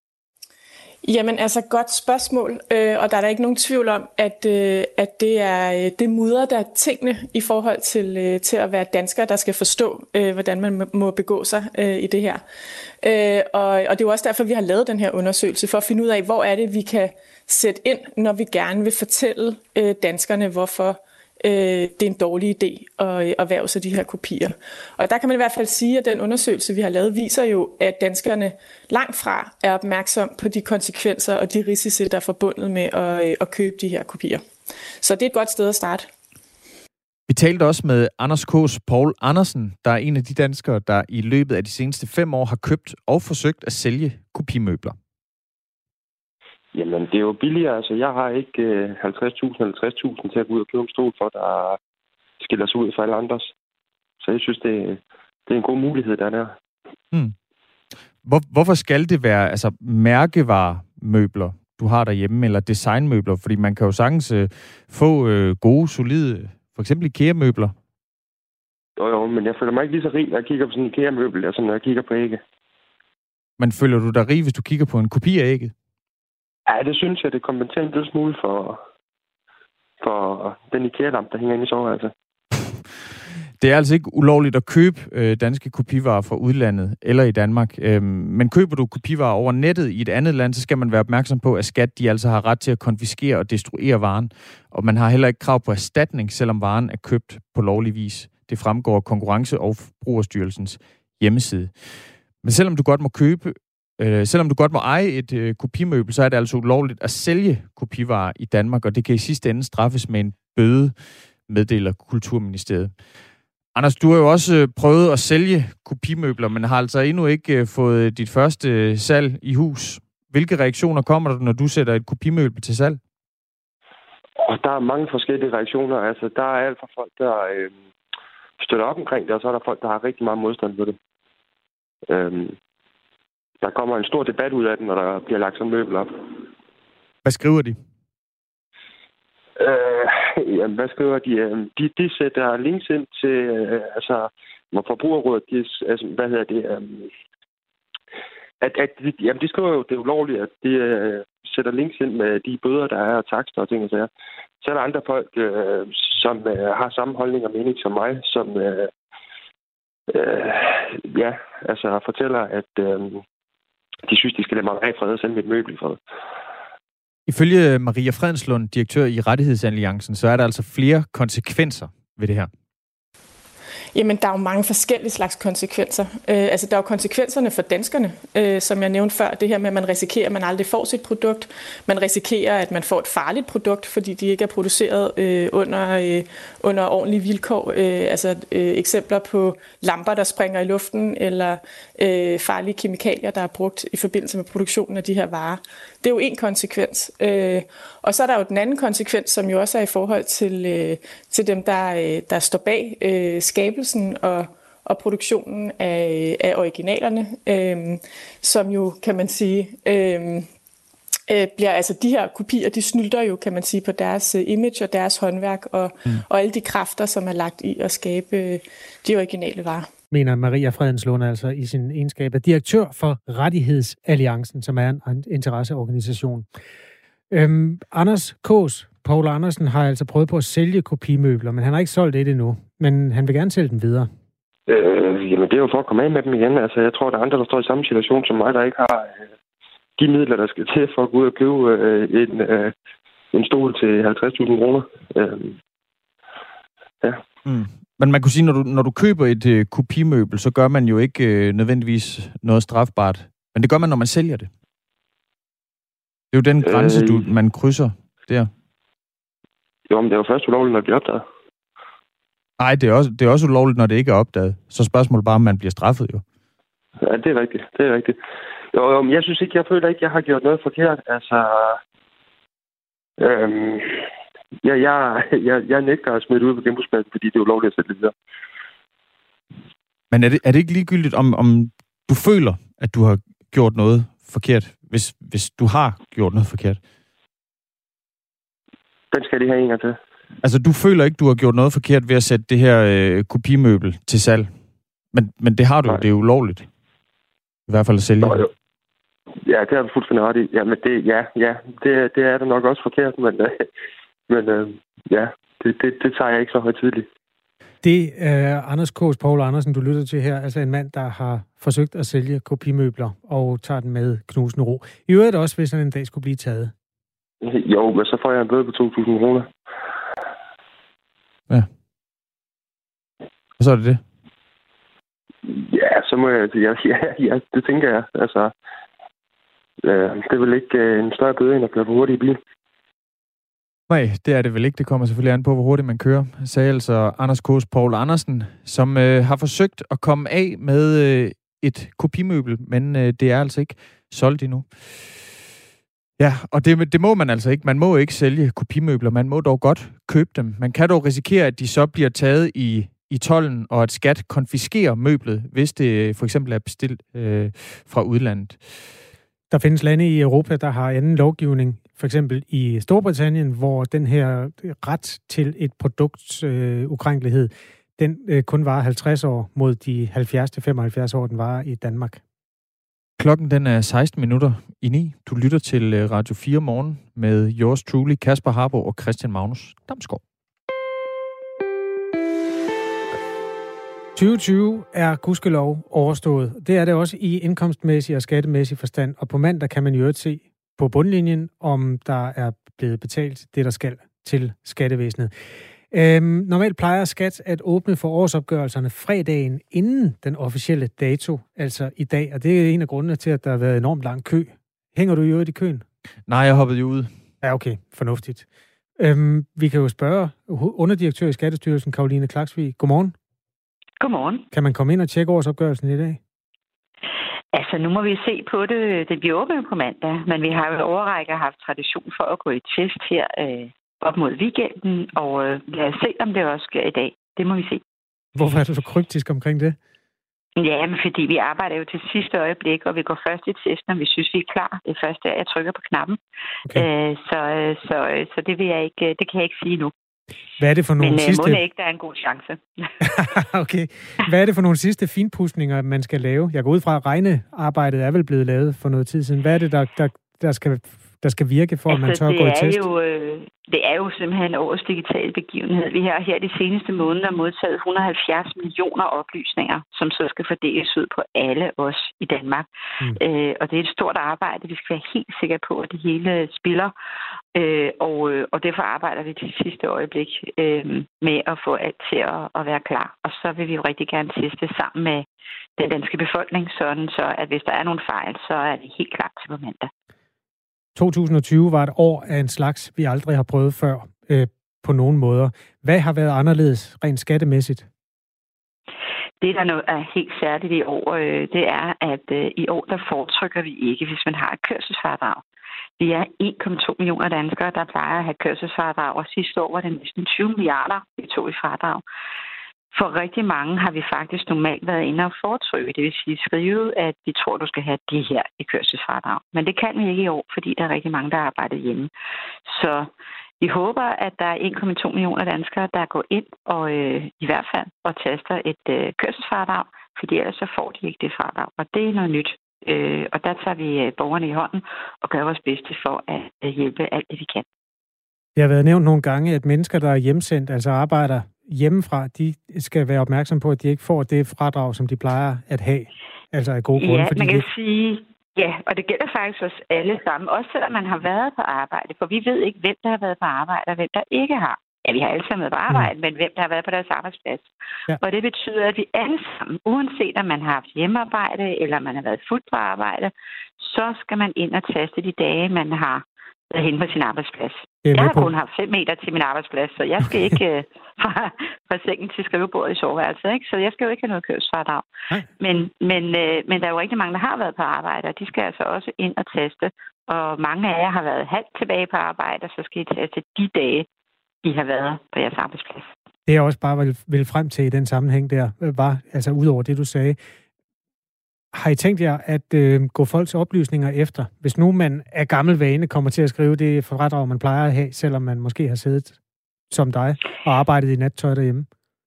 Jamen altså, godt spørgsmål, øh, og der er der ikke nogen tvivl om, at, øh, at det er det mudder, der er tingene i forhold til, øh, til at være dansker, der skal forstå, øh, hvordan man må begå sig øh, i det her. Øh, og, og det er jo også derfor, vi har lavet den her undersøgelse, for at finde ud af, hvor er det, vi kan sætte ind, når vi gerne vil fortælle øh, danskerne, hvorfor det er en dårlig idé at erhverve sig de her kopier. Og der kan man i hvert fald sige, at den undersøgelse, vi har lavet, viser jo, at danskerne langt fra er opmærksom på de konsekvenser og de risici, der er forbundet med at, at købe de her kopier. Så det er et godt sted at starte. Vi talte også med Anders K's Poul Andersen, der er en af de danskere, der i løbet af de seneste fem år har købt og forsøgt at sælge kopimøbler. Jamen, det er jo billigere. Altså, jeg har ikke halvtreds tusind eller tres tusind til at gå ud og købe en stol for, der skiller sig ud fra alle andres. Så jeg synes, det, det er en god mulighed, der er der. Hmm. Hvor, hvorfor skal det være altså, mærkevaremøbler, du har derhjemme, eller designmøbler? Fordi man kan jo sagtens øh, få øh, gode, solide, for eksempel IKEA-møbler. Jo, jo, men jeg føler mig ikke lige så rig, når jeg kigger på sådan en IKEA-møbel, altså når jeg kigger på Ægget. Men føler du dig rig, hvis du kigger på en kopi af Ægget? Ja, det synes jeg, det kompenserer en lille smule for, for den IKEA-lamp, der hænger inde i soveværelset. Det er altså ikke ulovligt at købe øh, danske kopivarer fra udlandet eller i Danmark. Øhm, men køber du kopivarer over nettet i et andet land, så skal man være opmærksom på, at skat de altså har ret til at konfiskere og destruere varen. Og man har heller ikke krav på erstatning, selvom varen er købt på lovlig vis. Det fremgår af Konkurrence- og Forbrugerstyrelsens hjemmeside. Men selvom du godt må købe Øh, selvom du godt må eje et øh, kopimøbel, så er det altså ulovligt at sælge kopivarer i Danmark, og det kan i sidste ende straffes med en bøde, meddeler Kulturministeriet. Anders, du har jo også øh, prøvet at sælge kopimøbler, men har altså endnu ikke øh, fået dit første øh, salg i hus. Hvilke reaktioner kommer der, når du sætter et kopimøbel til salg? Og der er mange forskellige reaktioner. Altså, der er alt fra folk, der øh, støtter op omkring det, og så er der folk, der har rigtig meget modstand på det. Øh, der kommer en stor debat ud af den, når der bliver lagt sådan en møbel op. Hvad skriver de? Øh, jamen, hvad skriver de? De, de sætter links ind til, øh, altså, hvor Forbrugerrådet, de, altså, hvad hedder det, øh, at, at de, jamen, de skriver jo, det er ulovligt, at de øh, sætter links ind med de bøder, der er, og takster og ting og sager. Så er der andre folk, øh, som øh, har samme holdning og mening som mig, som, øh, øh, ja, altså, fortæller, at øh, de synes, de skal lade mig af fred og sende mit møbel i fred. Ifølge Maria Fredenslund, direktør i Rettighedsalliancen, så er der altså flere konsekvenser ved det her. Jamen, der er jo mange forskellige slags konsekvenser. Øh, altså, der er jo konsekvenserne for danskerne, øh, som jeg nævnte før. Det her med, at man risikerer, at man aldrig får sit produkt. Man risikerer, at man får et farligt produkt, fordi de ikke er produceret øh, under, øh, under ordentlige vilkår. Øh, altså, øh, eksempler på lamper, der springer i luften, eller øh, farlige kemikalier, der er brugt i forbindelse med produktionen af de her varer. Det er jo en konsekvens. Øh, og så er der jo den anden konsekvens, som jo også er i forhold til, øh, til dem, der, øh, der står bag øh, skabelsen og, og produktionen af, af originalerne, øh, som jo, kan man sige, øh, øh, bliver, altså de her kopier, de snylter jo, kan man sige, på deres image og deres håndværk og, mm. og alle de kræfter, som er lagt i at skabe de originale varer. Mener Maria Fredenslund altså i sin egenskab af direktør for Rettighedsalliancen, som er en interesseorganisation. Øhm, Anders Kaas, Poul Andersen, har altså prøvet på at sælge kopimøbler, men han har ikke solgt det endnu. Men han vil gerne sælge dem videre. Øh, jamen, det er jo for at komme af med dem igen. Altså, jeg tror, der er andre, der står i samme situation som mig, der ikke har øh, de midler, der skal til for at gå ud og købe øh, en, øh, en stol til halvtreds tusind kroner. Øh, ja. Mm. Men man kunne sige, når du, når du køber et øh, kopimøbel, så gør man jo ikke øh, nødvendigvis noget strafbart. Men det gør man, når man sælger det. Det er jo den grænse, øh, du, man krydser der. Jo, men det er jo først ulovligt, når det bliver opdaget. Nej, det er, også, det er også ulovligt, når det ikke er opdaget. Så spørgsmålet bare, om man bliver straffet jo. Ja, det er rigtigt. Det er rigtigt. Jo, men jeg synes ikke, jeg føler ikke, jeg har gjort noget forkert. Altså, øhm, ja, jeg, jeg, jeg nægter at smide ud på genbrugspladsen, fordi det er ulovligt at sætte det videre. Men er det, er det ikke ligegyldigt, om, om du føler, at du har gjort noget forkert, hvis, hvis du har gjort noget forkert? Den skal de have en gang til. Altså, du føler ikke, du har gjort noget forkert ved at sætte det her øh, kopimøbel til salg. Men, men det har du jo. Det er ulovligt. I hvert fald at sælge. Nå, jo. Ja, det har du fuldstændig ret i. Ja, men det, ja, ja, det, det er da nok også forkert, men, øh, men øh, ja, det, det, det tager jeg ikke så højtideligt. Det er Anders Kaas, Poul Andersen, du lytter til her. Altså en mand, der har forsøgt at sælge kopimøbler og tager den med knusende ro. I øvrigt også, hvis han en dag skulle blive taget. Jo, men så får jeg en bøde på to tusind kroner. Ja. Og så er det det? Ja, så må jeg... Ja, ja, ja det tænker jeg. Altså, øh, det er vel ikke øh, en større bøde, end at køre for hurtigt i bil. Nej, det er det vel ikke. Det kommer selvfølgelig an på, hvor hurtigt man kører. Sagde altså Anders Kaas, Poul Andersen, som øh, har forsøgt at komme af med øh, et kopimøbel, men øh, det er altså ikke solgt endnu. Ja, og det, det må man altså ikke. Man må ikke sælge kopimøbler. Man må dog godt købe dem. Man kan dog risikere, at de så bliver taget i, i tolden, og at skat konfiskerer møblet, hvis det for eksempel er bestilt øh, fra udlandet. Der findes lande i Europa, der har anden lovgivning. For eksempel i Storbritannien, hvor den her ret til et produkts øh, ukrænkelighed, den øh, kun varer halvtreds år mod de halvfjerds til femoghalvfjerds år, den varer i Danmark. Klokken den er seksten minutter i ni. Du lytter til Radio fire Morgen med yours truly, Kasper Harbo og Christian Magnus Damsgaard. tyve tyve er gudskelov overstået. Det er det også i indkomstmæssig og skattemæssig forstand. Og på mandag kan man jo ikke se på bundlinjen, om der er blevet betalt det, der skal til skattevæsenet. Øhm, normalt plejer skat at åbne for årsopgørelserne fredagen inden den officielle dato, altså i dag. Og det er en af grundene til, at der har været enormt lang kø. Hænger du i øvrigt i køen? Nej, jeg hoppede jo ud. Ja, okay. Fornuftigt. Øhm, vi kan jo spørge underdirektør i Skattestyrelsen, Karoline Klaksvig. Godmorgen. Godmorgen. Kan man komme ind og tjekke årsopgørelsen i dag? Altså, nu må vi se på det. Det bliver åbent på mandag, men vi har jo overrækket haft tradition for at gå i test her øh, op mod weekenden, og øh, lad os se, om det også sker i dag. Det må vi se. Hvorfor er du så kryptisk omkring det? Ja, men fordi vi arbejder jo til sidste øjeblik, og vi går først i test, når vi synes, vi er klar. Det første er, at jeg trykker på knappen. Okay. Øh, så, så, så det vil jeg ikke, det kan jeg ikke sige nu. Hvad er det for nogle men, sidste... Men ikke, der er en god chance. Okay. Hvad er det for nogle sidste finpudsninger, man skal lave? Jeg går ud fra, at regnearbejdet er vel blevet lavet for noget tid siden. Hvad er det, der, der, der skal... der skal virke for, altså, at man tør at gå i test? Jo, øh, det er jo simpelthen årets digitale begivenhed. Vi har her de seneste måneder modtaget et hundrede og halvfjerds millioner oplysninger, som så skal fordeles ud på alle os i Danmark. Mm. Øh, og det er et stort arbejde. Vi skal være helt sikre på, at det hele spiller. Øh, og, og derfor arbejder vi til sidste øjeblik øh, med at få alt til at, at være klar. Og så vil vi jo rigtig gerne teste sammen med den danske befolkning, sådan så at hvis der er nogle fejl, så er det helt klart til på mandag. to tusind og tyve var et år af en slags, vi aldrig har prøvet før øh, på nogen måder. Hvad har været anderledes rent skattemæssigt? Det, der er helt særligt i år, øh, det er, at øh, i år, der foretrykker vi ikke, hvis man har et kørselsfradrag. Vi er en komma to millioner danskere, der plejer at have kørselsfradrag, og sidste år var det næsten tyve milliarder, vi tog i fradrag. For rigtig mange har vi faktisk normalt været inde og foretrykke, det vil sige skrive, at vi tror, du skal have det her i kørselsfradrag. Men det kan vi ikke i år, fordi der er rigtig mange, der arbejder hjemme. Så vi håber, at der er en komma to millioner danskere, der går ind og øh, i hvert fald og taster et øh, kørselsfradrag, fordi ellers så får de ikke det fradrag. Og det er noget nyt. Øh, og der tager vi borgerne i hånden og gør vores bedste for at hjælpe alt det, vi kan. Det har været nævnt nogle gange, at mennesker, der er hjemsendt, altså arbejder hjemmefra, de skal være opmærksom på, at de ikke får det fradrag, som de plejer at have. Altså af gode grunde. Ja, fordi man kan det... sige, ja, og det gælder faktisk os alle sammen, også selvom man har været på arbejde, for vi ved ikke, hvem der har været på arbejde, og hvem der ikke har. Ja, vi har alle sammen været på arbejde, mm. men hvem der har været på deres arbejdsplads. Ja. Og det betyder, at vi alle sammen, uanset om man har haft hjemmearbejde, eller man har været fuldt på arbejde, så skal man ind og taste de dage, man har været henne på sin arbejdsplads. Jeg, jeg har kun haft fem meter til min arbejdsplads, så jeg skal ikke uh, fra, fra sengen til skrivebordet i soveværelset, ikke? Så jeg skal jo ikke have noget kørselsfradrag. Men, men, uh, men der er jo rigtig mange, der har været på arbejde, og de skal altså også ind og taste. Og mange af jer har været halvt tilbage på arbejde, og så skal I taste de dage, I har været på jeres arbejdsplads. Det jeg også bare vil, vil frem til i den sammenhæng der, var, altså ud over det, du sagde, har I tænkt jer at øh, gå folks oplysninger efter, hvis nu man af gammel vane kommer til at skrive det fradrag, man plejer at have, selvom man måske har siddet som dig og arbejdet i nattøj derhjemme?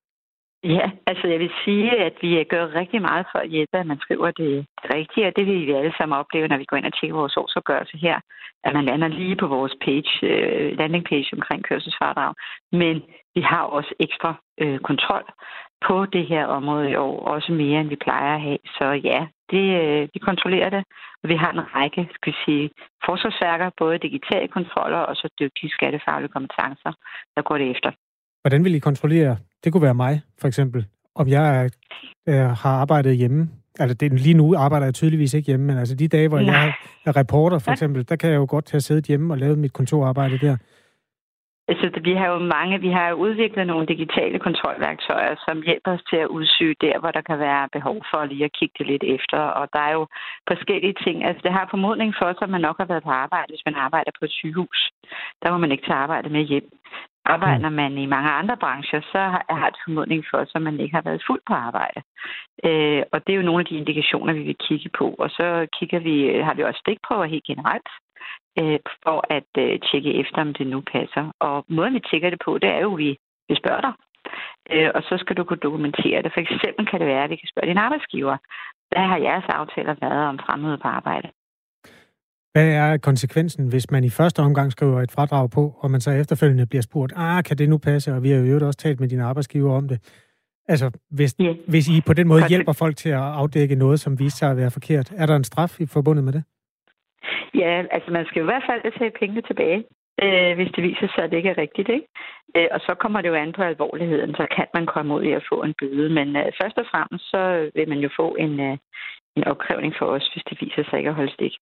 Ja, altså jeg vil sige, at vi gør rigtig meget for at hjælpe, at man skriver det rigtige, og det vil vi alle sammen opleve, når vi går ind og tjekker vores årsopgørelse her, at man lander lige på vores page, øh, landing page omkring kørselsfradrag. Men vi har også ekstra øh, kontrol på det her område i år, også mere end vi plejer at have. Så ja, det, øh, vi kontrollerer det, og vi har en række, skal vi sige, forsvarsværker, både digitale kontroller og så dygtige skattefaglige kompetencer, der går det efter. Hvordan vil I kontrollere? Det kunne være mig, for eksempel. Om jeg øh, har arbejdet hjemme. Altså det, lige nu arbejder jeg tydeligvis ikke hjemme, men altså de dage, hvor Nej. jeg er reporter, for eksempel, der kan jeg jo godt have siddet hjemme og lavet mit kontorarbejde der. Altså, vi har jo mange, vi har jo udviklet nogle digitale kontrolværktøjer, som hjælper os til at udsøge der, hvor der kan være behov for lige at kigge det lidt efter. Og der er jo forskellige ting. Altså, det har formodning for os, at man nok har været på arbejde, hvis man arbejder på et sygehus. Der må man ikke tage arbejde med hjem. Arbejder man i mange andre brancher, så har det formodning for os, at man ikke har været fuldt på arbejde. Øh, og det er jo nogle af de indikationer, vi vil kigge på. Og så kigger vi, har vi også stikprøver helt generelt, øh, for at øh, tjekke efter, om det nu passer. Og måden, vi tjekker det på, det er jo, at vi, vi spørger dig. Øh, og så skal du kunne dokumentere det. For eksempel kan det være, at vi kan spørge din arbejdsgiver. Hvad har jeres aftaler været om fremmøde på arbejde? Hvad er konsekvensen, hvis man i første omgang skriver et fradrag på, og man så efterfølgende bliver spurgt, ah, kan det nu passe? Og vi har jo også talt med dine arbejdsgiver om det. Altså, hvis, yeah. hvis I på den måde hjælper folk til at afdække noget, som viser sig at være forkert, er der en straf i forbundet med det? Ja, altså man skal jo i hvert fald tage pengene tilbage, øh, hvis det viser sig, at det ikke er rigtigt, ikke? Øh, og så kommer det jo an på alvorligheden, så kan man komme ud i at få en bøde. Men øh, først og fremmest, så vil man jo få en, øh, en opkrævning for os, hvis det viser sig ikke at holde stik.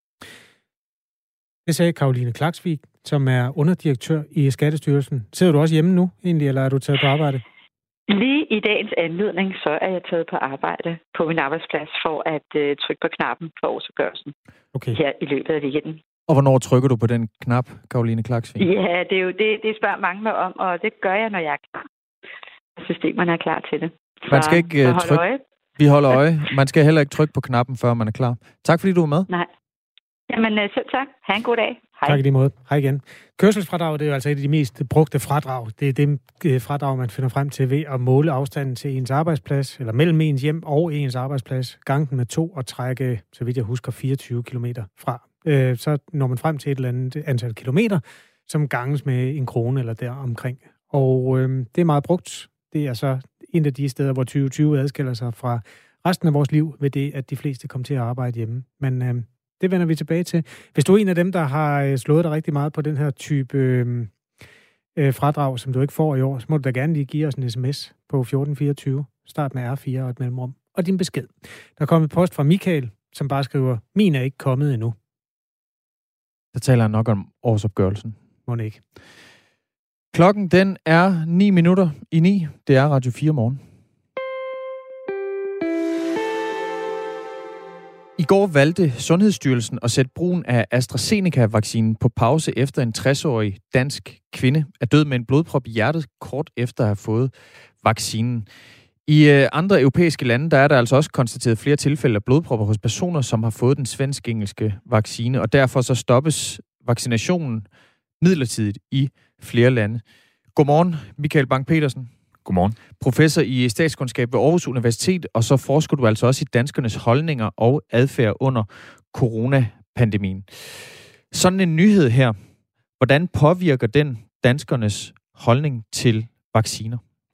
Det sagde Karoline Klaksvik, som er underdirektør i Skattestyrelsen. Sidder du også hjemme nu egentlig, eller er du taget på arbejde? Lige i dagens anledning, så er jeg taget på arbejde på min arbejdsplads for at øh, trykke på knappen for årsopgørelsen okay. her i løbet af weekenden. Og hvornår trykker du på den knap, Karoline Klaksvig? Ja, det er jo det, det spørger mange mig om, og det gør jeg, når jeg er klar. Systemerne er klar til det. Så, Man skal ikke uh, trykke. Øje. Vi holder øje. Man skal heller ikke trykke på knappen, før man er klar. Tak fordi du var med. Nej. Jamen selv tak. Ha' en god dag. Hej. Tak i lige måde. Hej igen. Kørselsfradrag, det er jo altså et af de mest brugte fradrag. Det er det fradrag, man finder frem til ved at måle afstanden til ens arbejdsplads, eller mellem ens hjem og ens arbejdsplads, gange den med to og trække, så vidt jeg husker, fireogtyve kilometer fra. Øh, så når man frem til et eller andet antal kilometer, som ganges med en krone eller der omkring. Og øh, det er meget brugt. Det er så en af de steder, hvor tyve tyve adskiller sig fra resten af vores liv, ved det, at de fleste kommer til at arbejde hjemme. Men øh, det vender vi tilbage til. Hvis du er en af dem, der har slået dig rigtig meget på den her type øh, øh, fradrag, som du ikke får i år, så må du da gerne lige give os en sms på fjorten fireogtyve. Start med R fire og et mellemrum. Og din besked. Der er kommet post fra Michael, som bare skriver, min er ikke kommet endnu. Der taler han nok om årsopgørelsen. Må ikke. Klokken den er ni minutter i ni. Det er Radio fire morgen. I går valgte Sundhedsstyrelsen at sætte brugen af AstraZeneca-vaccinen på pause efter en tres-årig dansk kvinde er død med en blodprop i hjertet kort efter at have fået vaccinen. I andre europæiske lande der er der altså også konstateret flere tilfælde af blodpropper hos personer, som har fået den svensk-engelske vaccine, og derfor så stoppes vaccinationen midlertidigt i flere lande. Godmorgen, Michael Bang-Petersen. Godmorgen. Professor i statskundskab ved Aarhus Universitet, og så forsker du altså også i danskernes holdninger og adfærd under coronapandemien. Sådan en nyhed her, hvordan påvirker den danskernes holdning til vacciner?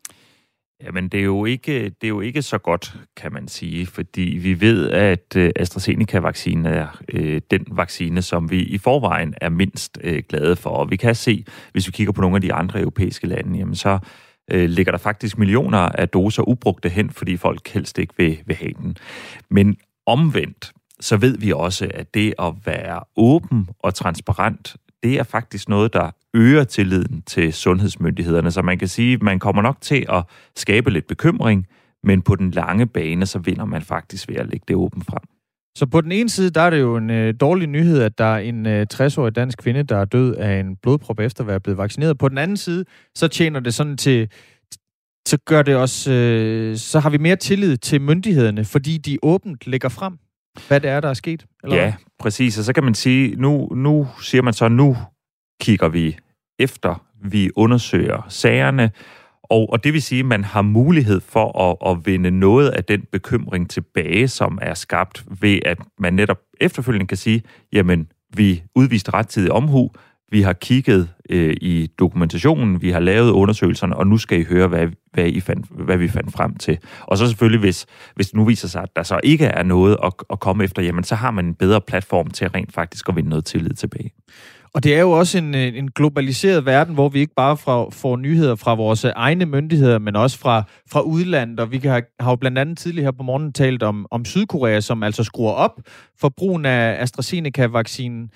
Jamen, det er jo ikke, det er jo ikke så godt, kan man sige, fordi vi ved, at AstraZeneca-vaccinen er øh, den vaccine, som vi i forvejen er mindst øh, glade for. Og vi kan se, hvis vi kigger på nogle af de andre europæiske lande, jamen så øh, ligger der faktisk millioner af doser ubrugte hen, fordi folk helst ikke vil, vil have den. Men omvendt, så ved vi også, at det at være åben og transparent, det er faktisk noget, der øger tilliden til sundhedsmyndighederne. Så man kan sige, at man kommer nok til at skabe lidt bekymring, men på den lange bane, så vinder man faktisk ved at lægge det åbent frem. Så på den ene side, der er det jo en øh, dårlig nyhed, at der er en øh, tres-årig dansk kvinde, der er død af en blodprop efter at være blevet vaccineret. På den anden side, så tjener det sådan til, så gør det også, øh, så har vi mere tillid til myndighederne, fordi de åbent lægger frem, hvad det er, der er sket. Eller? Ja, præcis. Og så kan man sige, nu, nu siger man så, nu kigger vi efter, vi undersøger sagerne, og, og det vil sige, at man har mulighed for at, at vinde noget af den bekymring tilbage, som er skabt ved, at man netop efterfølgende kan sige, jamen, vi udviste rettidig omhu, vi har kigget øh, i dokumentationen, vi har lavet undersøgelserne, og nu skal I høre, hvad, hvad, I fandt, hvad vi fandt frem til. Og så selvfølgelig, hvis, hvis det nu viser sig, at der så ikke er noget at, at komme efter, jamen, så har man en bedre platform til rent faktisk at vinde noget tillid tilbage. Og det er jo også en, en globaliseret verden, hvor vi ikke bare fra, får nyheder fra vores egne myndigheder, men også fra, fra udlandet. Og vi kan have, har jo blandt andet tidligere her på morgenen talt om, om Sydkorea, som altså skruer op for brugen af AstraZeneca-vaccinen.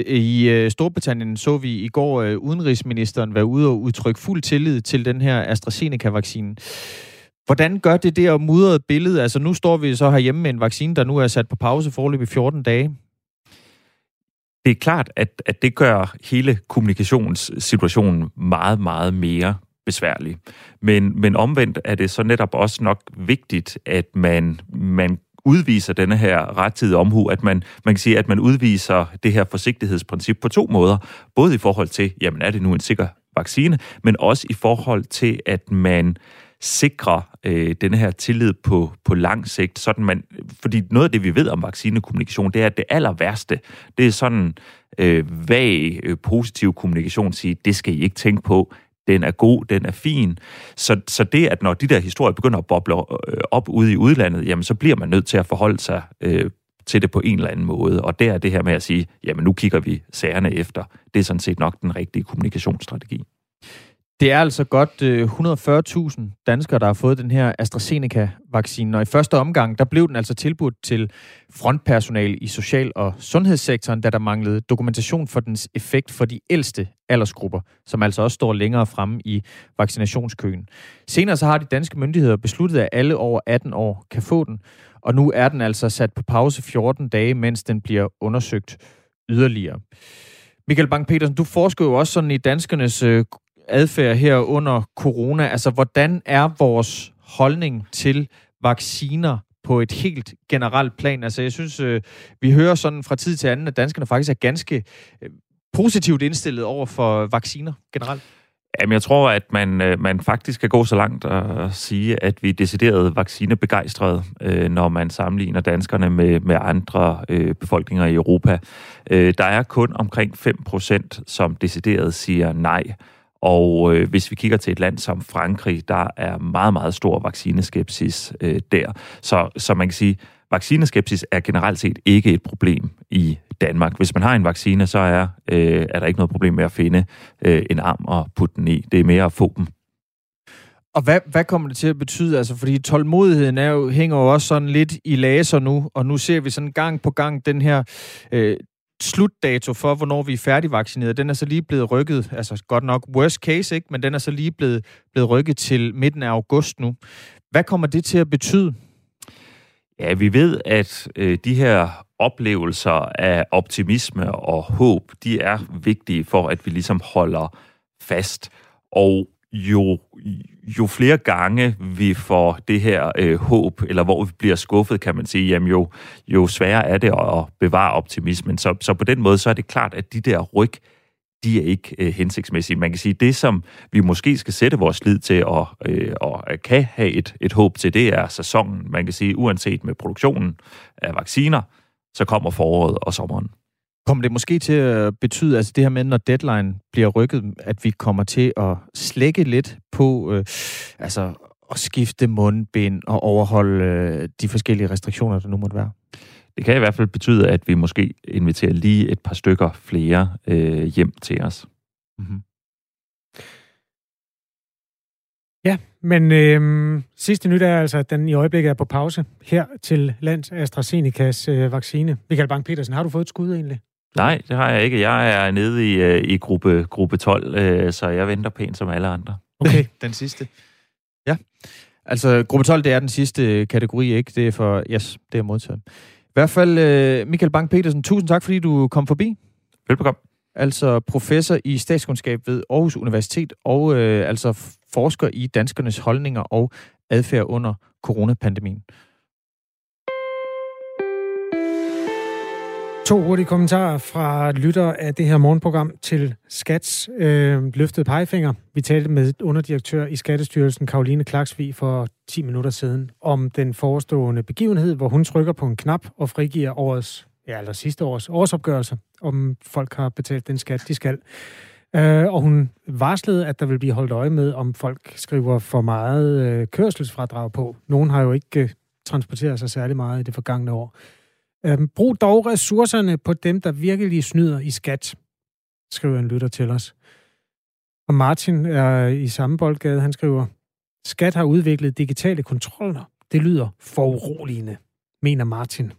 I Storbritannien så vi i går uh, udenrigsministeren være ude og udtrykke fuld tillid til den her AstraZeneca-vaccine. Hvordan gør det det at mudre et billede? Altså nu står vi så herhjemme med en vaccine, der nu er sat på pause foreløbig fjorten dage. Det er klart, at, at det gør hele kommunikationssituationen meget, meget mere besværlig. Men, men omvendt er det så netop også nok vigtigt, at man, man udviser denne her rettidige omhu, at man, man kan sige, at man udviser det her forsigtighedsprincip på to måder. Både i forhold til, jamen er det nu en sikker vaccine, men også i forhold til, at man sikre øh, denne her tillid på, på lang sigt, sådan man, fordi noget af det, vi ved om vaccinekommunikation, det er, at det aller værste, det er sådan øh, vag, øh, positiv kommunikation, sige, det skal I ikke tænke på, den er god, den er fin. Så, så det, at når de der historier begynder at boble øh, op ude i udlandet, jamen så bliver man nødt til at forholde sig øh, til det på en eller anden måde, og der er det her med at sige, jamen nu kigger vi sagerne efter, det er sådan set nok den rigtige kommunikationsstrategi. Det er altså godt et hundrede og fyrre tusind danskere, der har fået den her AstraZeneca-vaccine, og i første omgang, der blev den altså tilbudt til frontpersonale i social- og sundhedssektoren, da der manglede dokumentation for dens effekt for de ældste aldersgrupper, som altså også står længere fremme i vaccinationskøen. Senere så har de danske myndigheder besluttet, at alle over atten år kan få den, og nu er den altså sat på pause fjorten dage, mens den bliver undersøgt yderligere. Michael Bang-Petersen, du forsker jo også sådan i danskernes øh, adfærd her under corona. Altså, hvordan er vores holdning til vacciner på et helt generelt plan? Altså, jeg synes, øh, vi hører sådan fra tid til anden, at danskerne faktisk er ganske øh, positivt indstillet over for vacciner generelt. Jamen, jeg tror, at man, man faktisk kan gå så langt og sige, at vi er decideret vaccinebegejstrede, øh, når man sammenligner danskerne med, med andre øh, befolkninger i Europa. Øh, der er kun omkring fem procent, som decideret siger nej. Og øh, hvis vi kigger til et land som Frankrig, der er meget, meget stor vaccineskepsis øh, der. Så, så man kan sige, vaccineskepsis er generelt set ikke et problem i Danmark. Hvis man har en vaccine, så er, øh, er der ikke noget problem med at finde øh, en arm og putte den i. Det er mere at få dem. Og hvad, hvad kommer det til at betyde? Altså, fordi tålmodigheden er jo, hænger jo også sådan lidt i laser nu, og nu ser vi sådan gang på gang den her øh, slutdato for, hvornår vi er færdigvaccineret. Den er så lige blevet rykket, altså godt nok worst case, ikke? Men den er så lige blevet, blevet rykket til midten af august nu. Hvad kommer det til at betyde? Ja, vi ved, at øh, de her oplevelser af optimisme og håb, de er vigtige for, at vi ligesom holder fast. Og jo, jo flere gange vi får det her øh, håb, eller hvor vi bliver skuffet, kan man sige, jamen jo, jo sværere er det at bevare optimismen. Så, så på den måde, så er det klart, at de der ryg, de er ikke øh, hensigtsmæssige. Man kan sige, det som vi måske skal sætte vores lid til og, øh, og kan have et, et håb til, det er sæsonen. Man kan sige, uanset med produktionen af vacciner, så kommer foråret og sommeren. Kommer det måske til at betyde, altså det her med, når deadline bliver rykket, at vi kommer til at slække lidt på øh, altså at skifte mundbind og overholde øh, de forskellige restriktioner, der nu måtte være? Det kan i hvert fald betyde, at vi måske inviterer lige et par stykker flere øh, hjem til os. Mm-hmm. Ja, men øh, sidste nyt er altså, at den i øjeblikket er på pause her til lands AstraZenecas øh, vaccine. Michael Bang-Petersen, har du fået et skud egentlig? Nej, det har jeg ikke. Jeg er nede i, øh, i gruppe, gruppe tolv, øh, så jeg venter pænt som alle andre. Okay, den sidste. Ja, altså gruppe tolv, det er den sidste kategori, ikke? Det er for, yes, det er modtaget. I hvert fald, øh, Michael Bang-Petersen, tusind tak, fordi du kom forbi. Velbekomme. Altså professor i statskundskab ved Aarhus Universitet, og øh, altså forsker i danskernes holdninger og adfærd under coronapandemien. To hurtige kommentarer fra lytter af det her morgenprogram til Skats øh, løftede pegefinger. Vi talte med underdirektør i Skattestyrelsen, Karoline Klaksvig, for ti minutter siden om den forestående begivenhed, hvor hun trykker på en knap og frigiver årets, ja, eller sidste års årsopgørelse, om folk har betalt den skat, de skal. Øh, og hun varslede, at der vil blive holdt øje med, om folk skriver for meget øh, kørselsfradrag på. Nogen har jo ikke øh, transporteret sig særlig meget i det forgangne år. Øhm, brug dog ressourcerne på dem, der virkelig snyder i skat, skriver en lytter til os. Og Martin er i samme boldgade, han skriver, Skat har udviklet digitale kontroller. Det lyder foruroligende, mener Martin.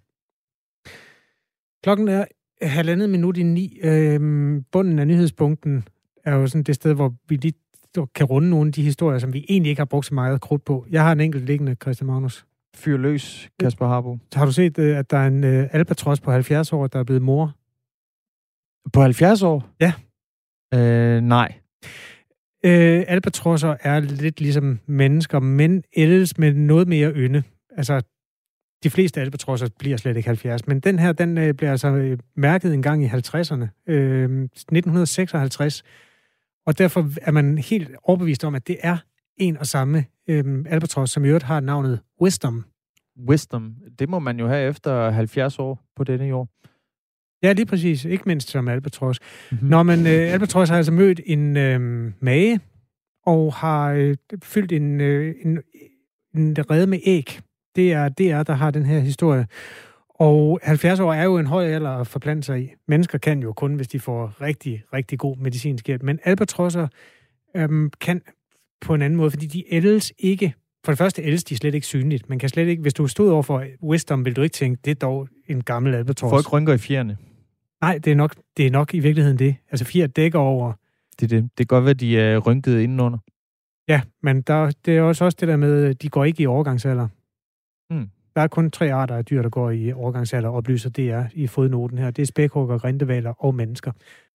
Klokken er halvandet minut i ni. Øhm, bunden af nyhedspunkten er jo sådan det sted, hvor vi lige kan runde nogle af de historier, som vi egentlig ikke har brugt så meget krudt på. Jeg har en enkelt liggende, Christian Magnus. Fyr løs, Kasper Harbo. Har du set, at der er en uh, albatros på halvfjerds år, der er blevet mor? På halvfjerds år? Ja. Øh, nej. Øh, albatrosser er lidt ligesom mennesker, men ellers med noget mere ynde. Altså, de fleste albatrosser bliver slet ikke halvfjerds, men den her, den øh, bliver altså mærket en gang i halvtredserne, øh, nitten seksoghalvtreds, og derfor er man helt overbevist om, at det er en og samme øh, albatros, som i øvrigt har navnet Wisdom. Wisdom. Det må man jo have efter halvfjerds år på denne jord. Ja, lige præcis. Ikke mindst som albatros. Mm-hmm. Når man øh, albatros har altså mødt en øh, mage og har øh, fyldt en, øh, en, en rede med æg. Det er D R, der har den her historie. Og halvfjerds år er jo en høj alder at forplante sig i. Mennesker kan jo kun, hvis de får rigtig, rigtig god medicinsk hjælp. Men albatrosser øh, kan på en anden måde, fordi de ældes ikke. For det første ældes de slet ikke synligt. Man kan slet ikke, hvis du stod over for Wisdom, vil du ikke tænke, det er dog en gammel albatros. Folk rynker i fjerne. Nej, det er nok, det er nok i virkeligheden det. Altså fjer dækker over. Det er det. Det kan godt være, de er rynket indenunder. Ja, men der, det er også, også det der med, de går ikke i overgangsalder. Hmm. Der er kun tre arter af dyr, der går i overgangsalder, oplyser D R i fodnoten her. Det er spækhugger, grindehvaler og mennesker.